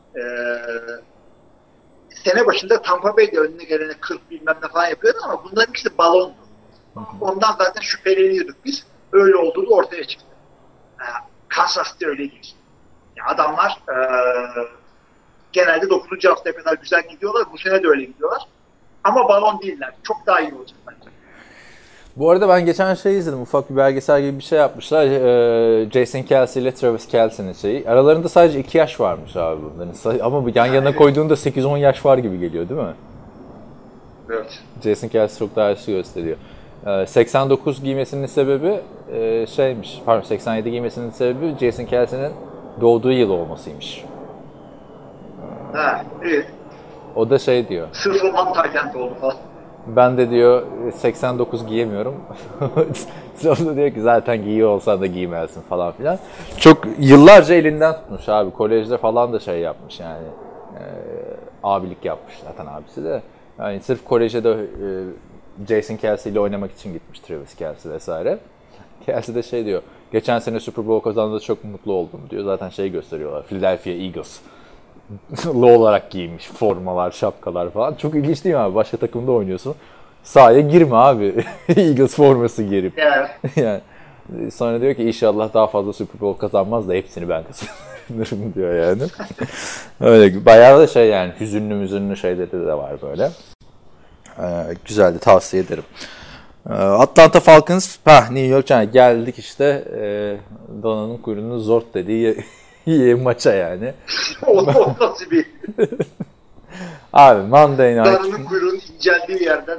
[SPEAKER 4] Sene başında Tampa Bay'de önüne gelene 40 bilmem ne falan yapıyordu ama bunların ikisi balondu. Ondan zaten şüpheleniyorduk biz. Öyle olduğu da ortaya çıktı. Kansas City öyle değil. Yani adamlar genelde 9. haftaya kadar güzel gidiyorlar. Bu sene de öyle gidiyorlar. Ama balon değiller. Çok daha iyi olacak bence.
[SPEAKER 3] Bu arada ben geçen şey izledim. Ufak bir belgesel gibi bir şey yapmışlar. Jason Kelce ile Travis Kelce'nin şeyi. Aralarında sadece 2 yaş varmış abi bunların. Ama yan yana koyduğunda 8-10 yaş var gibi geliyor değil mi?
[SPEAKER 4] Evet.
[SPEAKER 3] Jason Kelce çok daha yaşlı gösteriyor. 89 giymesinin sebebi şeymiş. Pardon 87 giymesinin sebebi Jason Kelce'nin doğduğu yıl olmasıymış.
[SPEAKER 4] Ha, iyi.
[SPEAKER 3] O da şey diyor.
[SPEAKER 4] Sırf ondan Tayland oldu falan.
[SPEAKER 3] Ben de diyor 89 giyemiyorum. O da diyor ki zaten giyiyor olsan da giymezsin falan filan. Çok yıllarca elinden tutmuş abi. Kolejde falan da şey yapmış yani. Abilik yapmış zaten abisi de. Yani sırf kolejde de Jason Kelce ile oynamak için gitmiş Travis Kelce vesaire. Kelce de şey diyor. Geçen sene Super Bowl kazandığında çok mutlu oldum diyor. Zaten şey gösteriyorlar. Philadelphia Eagles. olarak giymiş formalar, şapkalar falan. Çok ilginç değil mi abi? Başka takımda oynuyorsun. Sahaya girme abi. Eagles forması girip.
[SPEAKER 4] Evet.
[SPEAKER 3] Yani sonra diyor ki inşallah daha fazla Super Bowl kazanmaz da hepsini ben kazanırım diyor yani. Öyle bayağı da şey yani hüzünlü şeyleri de var böyle. Güzeldi, tavsiye ederim. Atlanta Falcons, New York Giants geldik işte Dona'nın kuyruğunu zort dediği maça yani.
[SPEAKER 4] O nasıl bir...
[SPEAKER 3] Abi Monday Night.
[SPEAKER 4] Darının kuyruğunun inceldiği yerden.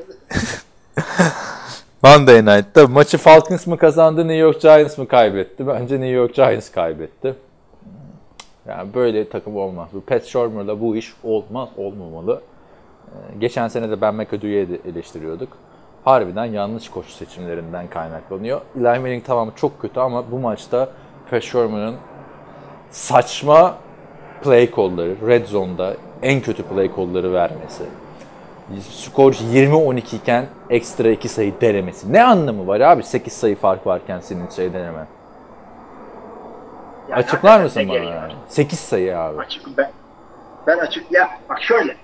[SPEAKER 3] Monday Night'ta maçı Falcons mı kazandı, New York Giants mı kaybetti? Bence New York Giants kaybetti. Yani böyle takım olmaz. Bu Pat Shurmur'la bu iş olmaz, olmamalı. Geçen sene de Ben McAdoo'yu eleştiriyorduk. Harbiden yanlış koç seçimlerinden kaynaklanıyor. Eli Manning tamam çok kötü ama bu maçta Pat Shurmur'ın saçma play call'ları, red zone'da en kötü play call'ları vermesi. Skor 20-12 iken ekstra 2 sayı denemesi. Ne anlamı var abi 8 sayı fark varken senin şey denemen?
[SPEAKER 4] Yani
[SPEAKER 3] açıklar mısın bana?
[SPEAKER 4] Yani?
[SPEAKER 3] 8 sayı abi.
[SPEAKER 4] Açık ben açık ya bak şöyle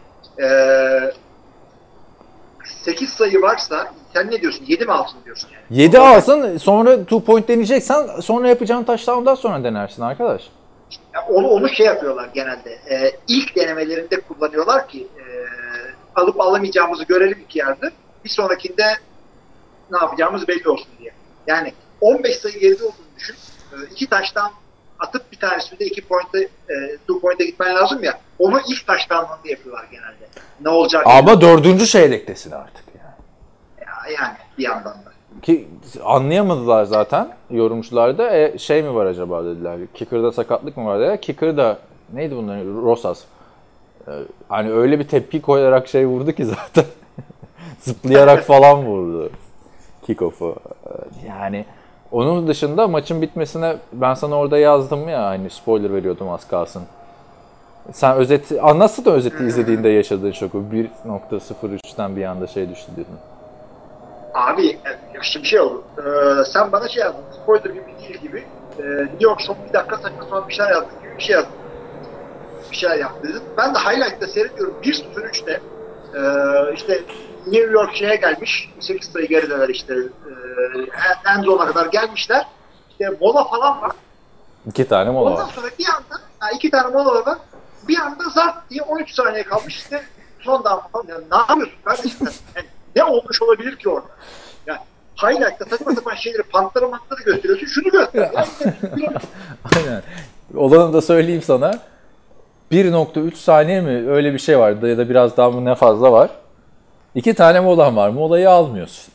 [SPEAKER 4] 8 sayı varsa sen ne diyorsun? 7 mi alsın diyorsun yani?
[SPEAKER 3] 7 alsın sonra 2 point deneyeceksen sonra yapacağın touchdown'dan sonra denersin arkadaş.
[SPEAKER 4] Yani onu şey yapıyorlar genelde. İlk denemelerinde kullanıyorlar ki alıp alamayacağımızı görelim 2 yerde. Bir sonrakinde ne yapacağımız belli olsun diye. Yani 15 sayı geride olduğunu düşün. 2 taştan atıp bir tanesini de 2 point'e gitmen lazım ya. Onu ilk touchdown'ında yapıyorlar genelde. Ne olacak?
[SPEAKER 3] Ama 4. çeyrektesin artık yani.
[SPEAKER 4] Yani bir yandan da.
[SPEAKER 3] Ki anlayamadılar zaten yorumcular da şey mi var acaba dediler. Kicker'da sakatlık mı var dediler. Kicker da neydi bunların? Rosas. Hani öyle bir tepki koyarak şey vurdu ki zaten. Zıplayarak falan vurdu kickoff'u. Yani onun dışında maçın bitmesine ben sana orada yazdım ya, hani spoiler veriyordum az kalsın. Sen özeti anlatsana da özeti izlediğinde yaşadığın şoku. 1.03'ten bir anda şey düştü dedin.
[SPEAKER 4] Abi işte bir şey oldu. Sen bana şey yazdın. Spoiler gibi değil gibi. New York son bir dakika saçma sapan bir şeyler yazdık gibi bir şey yazdın. Bir şeyler yaptı dedin. Ben de highlight'ta seyrediyorum. 1.03'te işte New York şeye gelmiş. 8 sayı gerideler işte. End zone'a kadar gelmişler. İşte mola falan var.
[SPEAKER 3] 2 tane mola
[SPEAKER 4] Ondan
[SPEAKER 3] var.
[SPEAKER 4] sonra bir anda 2 tane mola var. Bir anda zart diye 13 saniye kalmış işte son damla falan. Yani ne yapıyorsun kardeşim? Yani ne olmuş olabilir ki orada? Yani highlight'ta saçma sapan şeyleri, pantları gösteriyorsun. Şunu göster. Yani,
[SPEAKER 3] Aynen. Olanı da söyleyeyim sana. 1.3 saniye mi? Öyle bir şey var. Ya da biraz daha mı ne fazla var. 2 tane molan var. Molayı almıyorsun.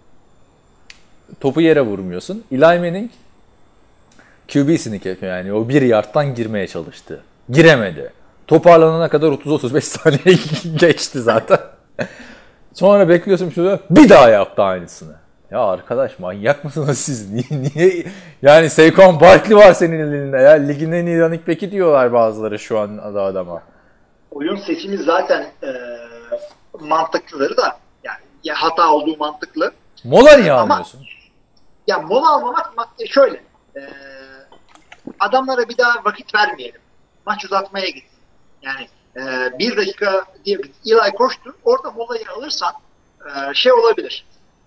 [SPEAKER 3] Topu yere vurmuyorsun. Eli Manning QB sneak yapıyor yani. O 1 yardtan girmeye çalıştı. Giremedi. Toparlanana kadar 30-35 saniye geçti zaten. Sonra bekliyorsun şurada bir daha yaptı aynısını. Ya arkadaş manyak mısınız siz? Niye? Yani Saquon Barkley var senin elinde ya. Ligin en iyi running back'i diyorlar bazıları şu an adama.
[SPEAKER 4] oyun seçimi zaten mantıklıları da yani ya hata olduğu mantıklı.
[SPEAKER 3] Mola niye
[SPEAKER 4] Ama-
[SPEAKER 3] almıyorsun?
[SPEAKER 4] Ya mola almamak şöyle. Adamlara bir daha vakit vermeyelim. Maç uzatmaya gitsin. Yani 1 dakika diye Eli koştu. Orada molayı alırsan şey olabilir.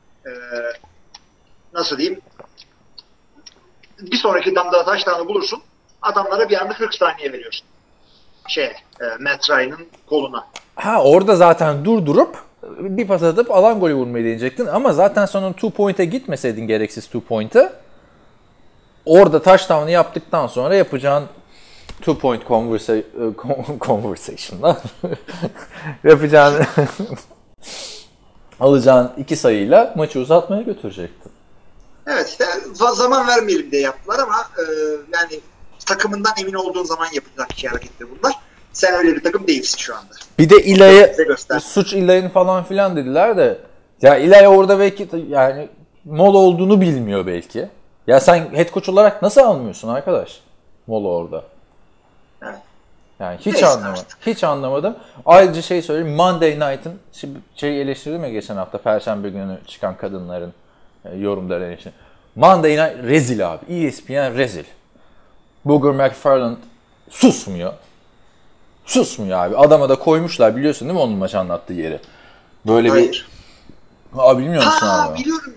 [SPEAKER 4] Nasıl diyeyim? Bir sonraki damda taştanı bulursun. Adamlara bir anda 40 saniye veriyorsun. Matt Ryan'ın koluna.
[SPEAKER 3] Ha orada zaten durdurup bir pas atıp alan golü vurmayı deneyecektin ama zaten sonra 2 point'e gitmeseydin gereksiz 2 point'e orada touchdown'ı yaptıktan sonra yapacağın 2 point conversation'da yapacağın alacağın 2 sayıyla maçı uzatmaya götürecektin.
[SPEAKER 4] Evet işte zaman vermeyelim diye yaptılar ama yani takımından emin olduğun zaman yapacak iki hareketler bunlar. Sen öyle bir takım değilsin şu anda.
[SPEAKER 3] Bir de Eli'ye
[SPEAKER 4] Bize göster.
[SPEAKER 3] suç Eli'nin falan filan dediler de ya Eli orada belki yani mola olduğunu bilmiyor belki. Ya sen head coach olarak nasıl almıyorsun arkadaş? Mola orada.
[SPEAKER 4] Evet.
[SPEAKER 3] Yani hiç
[SPEAKER 4] Neyse
[SPEAKER 3] anlamadım.
[SPEAKER 4] artık.
[SPEAKER 3] Hiç anlamadım. Ayrıca şey söyleyeyim. Monday Night'ın eleştirdim ya geçen hafta Perşembe günü çıkan kadınların yorumları eleştirdim. Monday Night rezil abi. ESPN rezil. Booger McFarland susmuyor. Susmuyor abi. Adama da koymuşlar biliyorsun değil mi onun maç anlattığı yeri? Böyle
[SPEAKER 4] Hayır.
[SPEAKER 3] Abi bilmiyor musun abi?
[SPEAKER 4] Biliyorum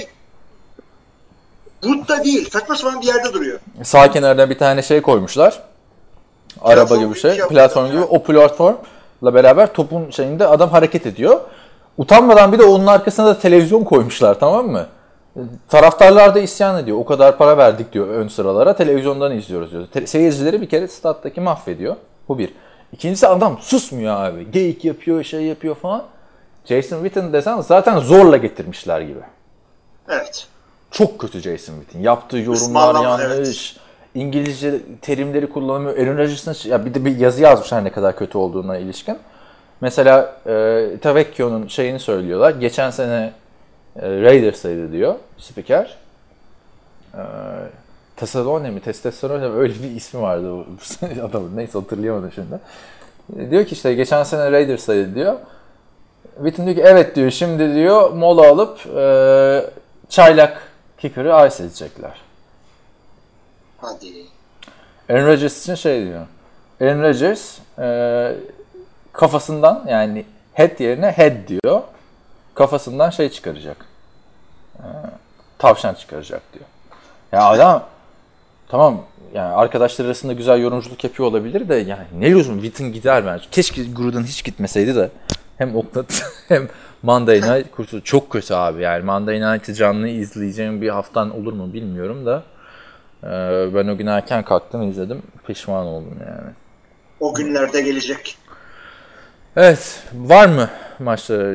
[SPEAKER 4] Wood'da değil. Saçma sapan bir yerde duruyor.
[SPEAKER 3] Sağ kenarda bir tane şey koymuşlar. Araba
[SPEAKER 4] Platform
[SPEAKER 3] gibi bir
[SPEAKER 4] gibi
[SPEAKER 3] şey.
[SPEAKER 4] bir şey
[SPEAKER 3] Platform gibi.
[SPEAKER 4] yapmışlar.
[SPEAKER 3] O platformla beraber topun şeyinde adam hareket ediyor. Utanmadan bir de onun arkasına da televizyon koymuşlar, tamam mı? Taraftarlar da isyan ediyor. O kadar para verdik diyor ön sıralara. Televizyondan izliyoruz diyor. Seyircileri bir kere stat'taki mahvediyor. Bu bir. İkincisi adam susmuyor abi. Geyik yapıyor, şey yapıyor falan. Jason Witten desen zaten zorla getirmişler gibi.
[SPEAKER 4] Evet.
[SPEAKER 3] Çok kötü Jason Witten. Yaptığı yorumlar
[SPEAKER 4] Ismarlama,
[SPEAKER 3] yanlış. İngilizce terimleri kullanamıyor. Aaron Rodgers'ın ya bir de bir yazı yazmışlar ne kadar kötü olduğuna ilişkin. Mesela Tavecchio'nun şeyini söylüyorlar. Geçen sene Raiders'taydı diyor spiker. Testosterone mi? Testosterone mi? Öyle bir ismi vardı o adamın. Neyse hatırlayamadım şimdi. Diyor ki işte geçen sene Raiders'taydı diyor. Witten diyor ki evet diyor şimdi diyor mola alıp çaylak kicker'ı ice edecekler.
[SPEAKER 4] Hadi.
[SPEAKER 3] Aaron Rodgers için şey diyor. Aaron Rodgers kafasından yani head yerine head diyor. Kafasından şey çıkaracak. Tavşan çıkaracak diyor. Ya adam tamam yani arkadaşlar arasında güzel yorumculuk yapıyor olabilir de yani ne lüzum Witten gider bence. Keşke Gruden hiç gitmeseydi de hem Oakland hem Monday Night kursu çok kötü abi yani Monday Night'ı canlı izleyeceğim bir haftan olur mu bilmiyorum da ben o gün erken kalktım izledim pişman oldum yani.
[SPEAKER 4] O günlerde gelecek.
[SPEAKER 3] Evet var mı maçlara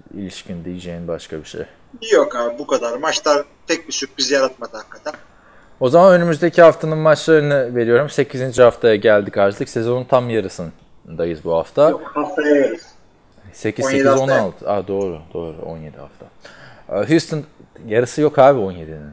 [SPEAKER 3] ilişkin diyeceğin başka bir şey?
[SPEAKER 4] Yok abi bu kadar. Maçlar tek bir sürpriz yaratmadı hakikaten.
[SPEAKER 3] O zaman önümüzdeki haftanın maçlarını veriyorum. 8. haftaya geldik artık. Sezonun tam yarısındayız bu hafta.
[SPEAKER 4] Yok, haftaya veririz.
[SPEAKER 3] 8,
[SPEAKER 4] 17
[SPEAKER 3] 8,
[SPEAKER 4] haftaya.
[SPEAKER 3] 16. Doğru. 17 hafta. Houston yarısı yok abi 17'nin.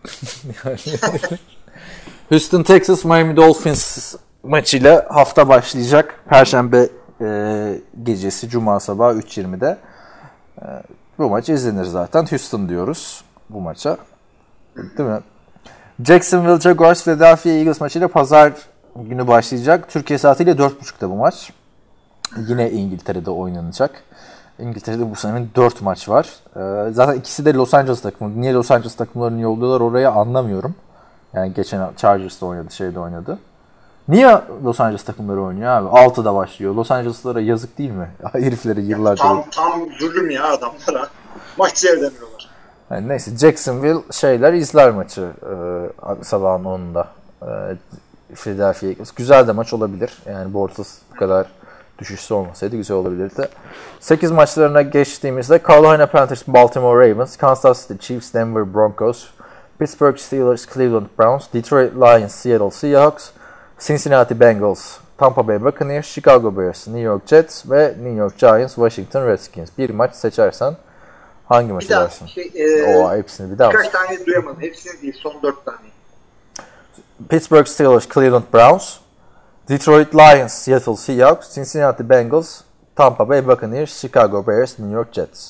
[SPEAKER 3] Houston, Texas, Miami Dolphins maçıyla hafta başlayacak. Perşembe gecesi, Cuma sabahı 3:20'de. Bu maç izlenir zaten. Houston diyoruz bu maça. Değil mi? Jacksonville Jaguars, Philadelphia Eagles maçıyla pazar günü başlayacak. Türkiye saatiyle 4.30'da bu maç. Yine İngiltere'de oynanacak. İngiltere'de bu sene 4 maç var. Zaten ikisi de Los Angeles takımı. Niye Los Angeles takımlarını yolluyorlar oraya anlamıyorum. Yani geçen Chargers'da oynadı, şeyde oynadı. Niye Los Angeles takımları oynuyor abi? 6'da başlıyor. Los Angeles'lara yazık değil mi? Herifleri yıllarca...
[SPEAKER 4] Tam zulüm ya adamlara. Maç seyredemiyorlar.
[SPEAKER 3] Yani neyse, Jacksonville izler maçı sabahın 10'unda. Philadelphia Eagles. Güzel de maç olabilir. Yani Bortles bu kadar düşüşsü olmasaydı güzel olabilirdi. 8 maçlarına geçtiğimizde Carolina Panthers, Baltimore Ravens, Kansas City Chiefs, Denver Broncos, Pittsburgh Steelers, Cleveland Browns, Detroit Lions, Seattle Seahawks, Cincinnati Bengals, Tampa Bay Buccaneers, Chicago Bears, New York Jets ve New York Giants, Washington Redskins. Bir maç seçersen hangi maçı dersin? Hepsini bir daha mı?
[SPEAKER 4] Birkaç tane duyamadım. Hepsini değil. Son 4 tane.
[SPEAKER 3] Pittsburgh Steelers, Cleveland Browns, Detroit Lions, Seattle Seahawks, Cincinnati Bengals, Tampa Bay Buccaneers, Chicago Bears, New York Jets.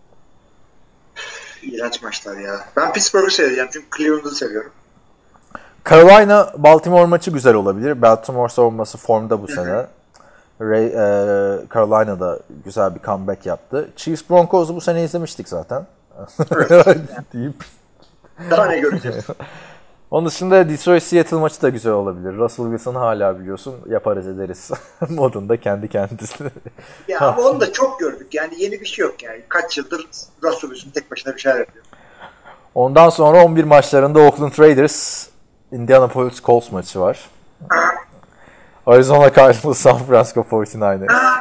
[SPEAKER 4] İğrenç maçlar ya. Ben Pittsburgh'u seveceğim çünkü Cleveland'ı seviyorum.
[SPEAKER 3] Carolina Baltimore maçı güzel olabilir. Baltimore savunması formda bu sene. Carolina'da güzel bir comeback yaptı. Chiefs Broncos'u bu sene izlemiştik zaten.
[SPEAKER 4] Evet.
[SPEAKER 3] deyip.
[SPEAKER 4] Daha ne göreceğiz?
[SPEAKER 3] Onun dışında Detroit Seattle maçı da güzel olabilir. Russell Wilson hala biliyorsun yaparız ederiz modunda kendi kendisine.
[SPEAKER 4] Ya ama onu da çok gördük. Yani yeni bir şey yok yani. Kaç yıldır Russell Wilson tek başına bir şeyler yapıyor.
[SPEAKER 3] Ondan sonra 11 maçlarında Oakland Raiders, Indianapolis Colts maçı var. Arizona Cardinals, San Francisco 49ers.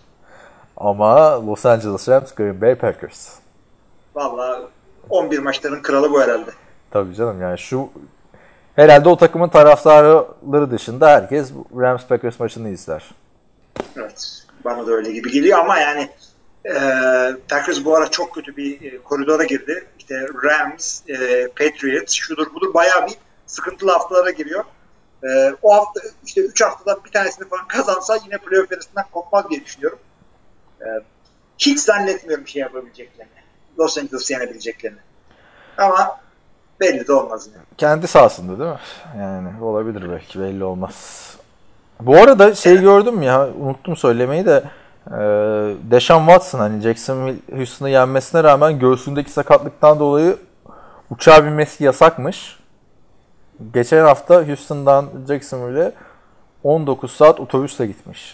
[SPEAKER 3] Ama Los Angeles Rams, Green Bay Packers.
[SPEAKER 4] Vallahi 11 maçların kralı bu herhalde.
[SPEAKER 3] Tabii canım, yani herhalde o takımın taraftarları dışında herkes Rams Packers maçını izler.
[SPEAKER 4] Evet. Bana da öyle gibi geliyor ama yani Packers bu ara çok kötü bir koridora girdi. İşte Rams, Patriots, şudur budur bayağı bir sıkıntılı haftalara giriyor. O hafta işte 3 haftadan bir tanesini falan kazansa yine playoff yarısından kopmaz diye düşünüyorum. Hiç zannetmiyorum şey yapabileceklerini. Los Angeles'ı yenebileceklerini. Ama belli de olmaz yani.
[SPEAKER 3] Kendi sahasında değil mi? Yani olabilir belki, belli olmaz. Bu arada gördüm mü ya, unuttum söylemeyi de, Deshaun Watson hani Jacksonville Houston'ı yenmesine rağmen göğsündeki sakatlıktan dolayı uçağa binmesi yasakmış. Geçen hafta Houston'dan Jacksonville'e 19 saat otobüsle gitmiş.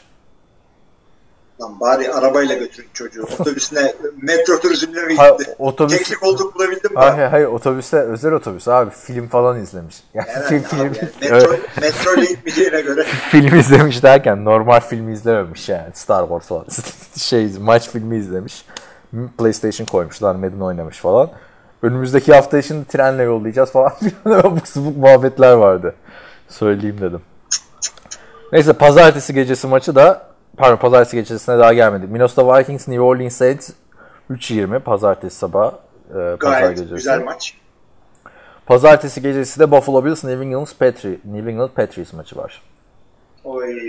[SPEAKER 4] Lan bari arabayla götürün çocuğu. Otobüsüne metro turizmine mi gitti? Teknik olduk bulabildim mi?
[SPEAKER 3] Hayır otobüste, özel otobüs abi, film falan izlemiş. Yani film
[SPEAKER 4] metro ile gitmeyeceğine göre.
[SPEAKER 3] Film izlemiş derken normal filmi izlememiş yani, Star Wars falan. Maç filmi izlemiş. PlayStation koymuşlar, Madden oynamış falan. Önümüzdeki hafta için trenle yollayacağız falan. Abuk subuk muhabbetler vardı. Söyleyeyim dedim. Neyse, pazartesi gecesi maçı da, pazartesi gecesine daha gelmedik. Minnesota Vikings, New Orleans Saints 3:20 pazartesi sabah. Pazar gecesi.
[SPEAKER 4] Güzel maç.
[SPEAKER 3] Pazartesi gecesi de Buffalo Bills, New England Patriots maçı var.
[SPEAKER 4] Oy.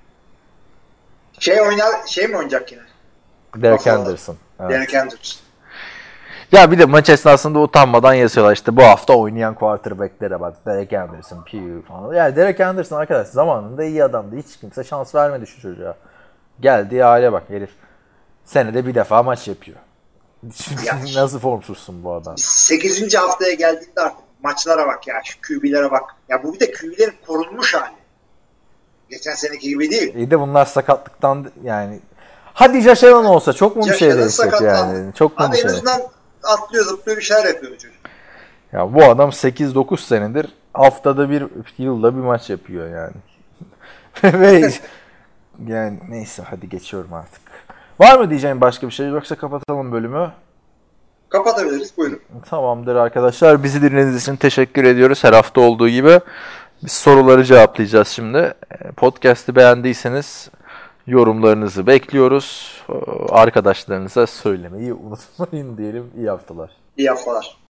[SPEAKER 4] Şey mi oynayacak yine?
[SPEAKER 3] Derek Anderson. Evet.
[SPEAKER 4] Derek Anderson.
[SPEAKER 3] Ya bir de maç esnasında utanmadan yazıyorlar işte, bu hafta oynayan quarterbacklere bak, Derek Anderson, Pugh falan. Yani Derek Anderson arkadaş zamanında iyi adamdı. Hiç kimse şans vermedi şu çocuğa. Geldiği hale bak herif. Senede bir defa maç yapıyor. Nasıl formsuzsun bu adam?
[SPEAKER 4] 8. haftaya geldiğinde artık maçlara bak ya. Şu QB'lere bak. Ya bu bir de QB'lerin korunmuş hali. Geçen seneki gibi değil.
[SPEAKER 3] İyi de bunlar sakatlıktan yani. Hadi Josh Allen olsa çok mu bir şey değişecek yani? Çok mu bir şey?
[SPEAKER 4] En azından atlıyor zıplıyor bir şeyler yapıyor çocuk.
[SPEAKER 3] Ya bu adam 8-9 senedir haftada bir, yılda bir maç yapıyor yani. Ve yani neyse, hadi geçiyorum artık. Var mı diyeceğim başka bir şey, yoksa kapatalım bölümü?
[SPEAKER 4] Kapatabiliriz. Buyurun.
[SPEAKER 3] Tamamdır arkadaşlar. Bizi dinlediğiniz için teşekkür ediyoruz. Her hafta olduğu gibi. Biz soruları cevaplayacağız şimdi. Podcast'ı beğendiyseniz yorumlarınızı bekliyoruz. Arkadaşlarınıza söylemeyi unutmayın diyelim. İyi haftalar.
[SPEAKER 4] İyi haftalar.